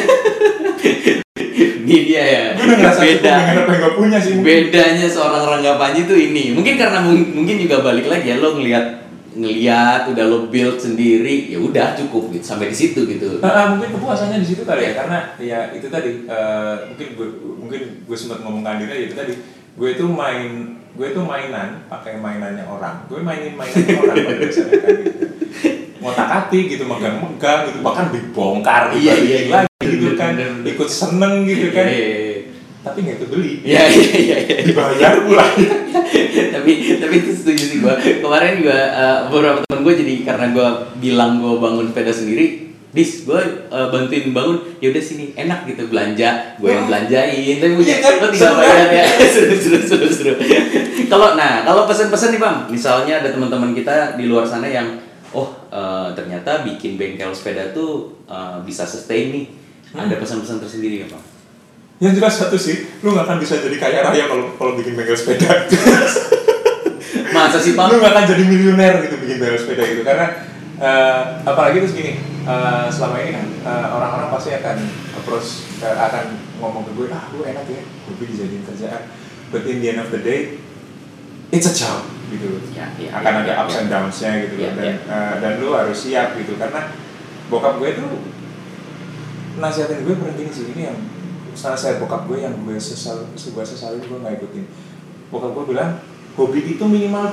Ini dia ya. Gue udah ngerasa beda. Apa yang gak punya sih? Bedanya seorang Rangga Panji tuh ini. Mungkin karena mungkin juga balik lagi ya, lo ngelihat udah lo build sendiri, ya udah cukup gitu sampai di situ gitu. Mungkin kepuasannya di situ kali ya, karena ya itu tadi mungkin gue sempat ngomong ke Andina itu tadi, gue itu mainan pakai mainannya orang, gue mainin mainannya orang pada dasarnya kan gitu. Ngotak-atik gitu, megang-megang gitu, bahkan dibongkar lagi gitu kan, ikut seneng gitu kan. Tapi nggak itu beli. Iya. Dibayar pula. tapi itu setuju sih gue. Kemarin juga beberapa teman gue jadi karena gue bilang gue bangun sepeda sendiri, gue bantuin bangun, ya udah sini enak gitu belanja, gue yang belanjain. Tapi lo tinggal bayar ya. Seru. Kalau pesan-pesan nih Bang, misalnya ada teman-teman kita di luar sana yang ternyata bikin bengkel sepeda tuh bisa sustain nih. Ada pesan-pesan tersendiri nggak Bang? Yang jelas satu sih, lu nggak akan bisa jadi kaya raya kalau bikin bengkel sepeda. Masa sih Pak? Lu nggak akan jadi miliuner gitu bikin bengkel sepeda gitu, karena apalagi terus gini, selama ini kan orang-orang pasti akan approach, akan ngomong ke gue, lu enak ya, gue dijadiin kerjaan. But in the end of the day, it's a job gitu. Akan ada ups and downs-nya gitu, dan lu harus siap gitu, karena bokap gue tuh nasihatin gue pernah gini sih, ini yang nasihat bokap gue yang gue sesalin, gue nggak ikutin. Bokap gue bilang hobi itu minimal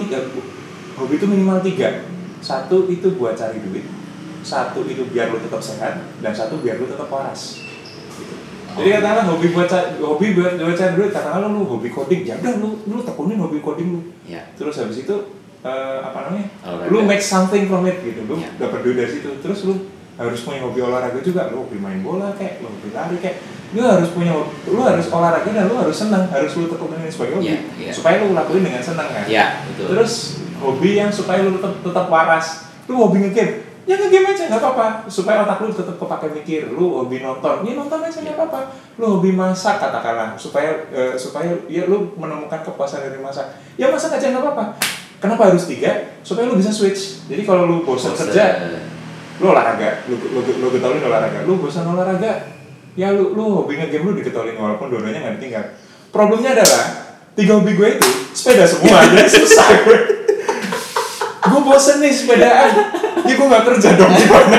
tiga. Satu itu buat cari duit, satu itu biar lu tetap sehat, dan satu biar lu tetap waras gitu. Jadi katakanlah hobi buat cari duit, katakanlah lu hobi coding, ya udah lu tekunin hobi coding lu. Terus habis itu lu make something from it gitu, lu dapat duit dari situ. Terus lu harus punya hobi olahraga juga, lu hobi main bola kayak, lu hobi lari kayak, lu harus olahraga dan lu harus senang, harus lu tekunin sebagai hobi, supaya lu lakuin dengan senang kan. Betul. Terus hobi yang supaya lu tetap waras, lu hobi ngegame, ya ngegame aja nggak apa-apa, supaya otak lu tetap kepake mikir. Lu hobi nonton, ya nonton aja nggak apa-apa. Lu hobi masak katakanlah, supaya ya lu menemukan kepuasan dari masak, ya masak aja nggak apa-apa. Kenapa harus 3? Supaya lu bisa switch. Jadi kalau lu bosan kerja, lu olahraga, lu getolin olahraga, lu bosan olahraga, ya lu hobi ngegame, lu digetolin walaupun dua-duanya nggak ditinggal. Problemnya adalah 3 hobi gue itu sepeda semua, jadi susah gue. Gue bosen nih sepedaan, ya gue nggak kerja dong gimana?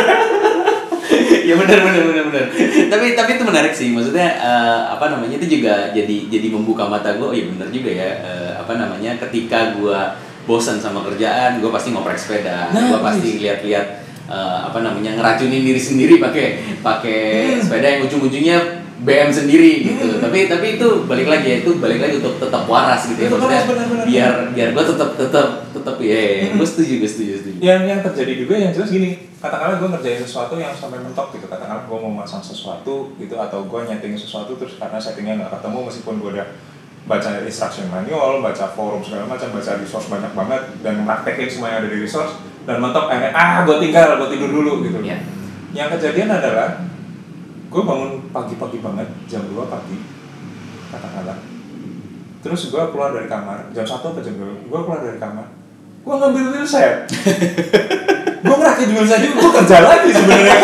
Ya benar. Tapi itu menarik sih, maksudnya itu juga jadi membuka mata gue. Oh iya benar juga ya, ketika gue bosan sama kerjaan, gue pasti ngoprek sepeda, gue pasti lihat-lihat ngeracunin diri sendiri pakai sepeda yang ujung-ujungnya BM sendiri gitu. Tapi itu balik lagi untuk tetap waras gitu ya, maksudnya biar gue tetap ya. Gue setuju. Yang terjadi juga yang jelas gini, katakanlah gue ngerjain sesuatu yang sampai mentok gitu, katakanlah gue mau masang sesuatu gitu, atau gue nyeting sesuatu terus karena settingnya nggak ketemu, meskipun gue udah baca instruction manual, baca forum segala macam, baca resource banyak banget, dan praktekin semua yang ada di resource, dan mentok akhirnya gue tidur dulu gitu. Yang kejadian adalah gue bangun pagi-pagi banget, jam 2 pagi katakanlah, terus gue keluar dari kamar jam 1 atau jam 2, gue keluar dari kamar, gue ngambil wheelset, gue ngerakit wheelset juga, gue kerja lagi sebenarnya.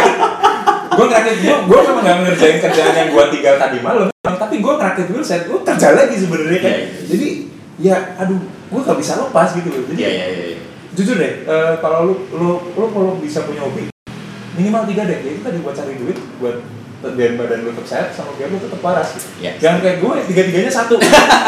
Gue memang nggak ngerjain kerjaan yang gue tinggal tadi malam, tapi gue ngerakit wheelset, gue kerja lagi sebenarnya kan. Jadi ya gue nggak bisa lepas gitu loh. Jadi jujur deh, kalau lu bisa punya hobi minimal 3 deh, ya itu tadi buat cari duit, buat biar badan lu tetap sehat, sama biar lu tetap waras gitu. Jangan kayak gue, 3-3-nya satu.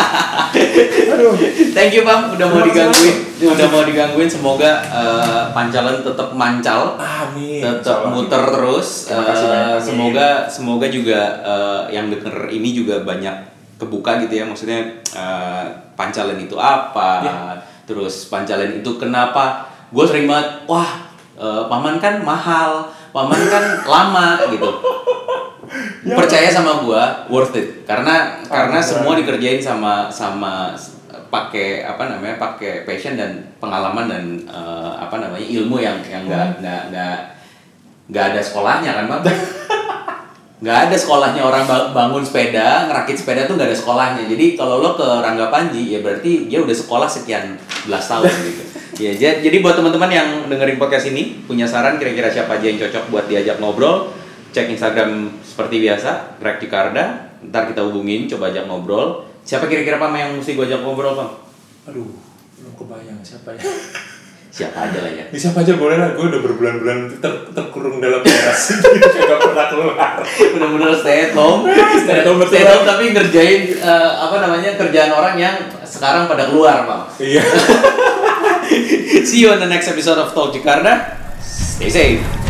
Aduh. Thank you Bang, udah mau digangguin. Semoga Pancalan tetap mancal. Amin. Tetap muter terus. Semoga juga yang denger ini juga banyak kebuka gitu ya. Maksudnya Pancalan itu apa? Terus Pancalan itu kenapa? Gue sering banget, paman kan mahal, paman kan lama gitu. Percaya sama gua, worth it. Karena semua dikerjain sama pakai pakai passion dan pengalaman dan ilmu yang nggak ada sekolahnya kan Bang. Nggak ada sekolahnya orang bangun sepeda, ngerakit sepeda tuh nggak ada sekolahnya. Jadi kalau lo ke Rangga Panji ya berarti dia udah sekolah sekian belas tahun gitu. Ya, jadi buat teman-teman yang dengerin podcast ini punya saran kira-kira siapa aja yang cocok buat diajak ngobrol, cek Instagram seperti biasa, Greg Cikarda. Ntar kita hubungin, coba ajak ngobrol. Siapa kira-kira Pam yang mesti gue ajak ngobrol Pam? Aduh, belum kebayang siapa ya. Siapa aja lah ya. Siapa aja boleh lah, gue udah berbulan-bulan terkurung dalam kelas ini, gak pernah keluar. Bener-bener stay at home tapi ngerjain kerjaan orang yang sekarang pada keluar Pam. Iya. See you on the next episode of Talk Cikarda. Stay safe.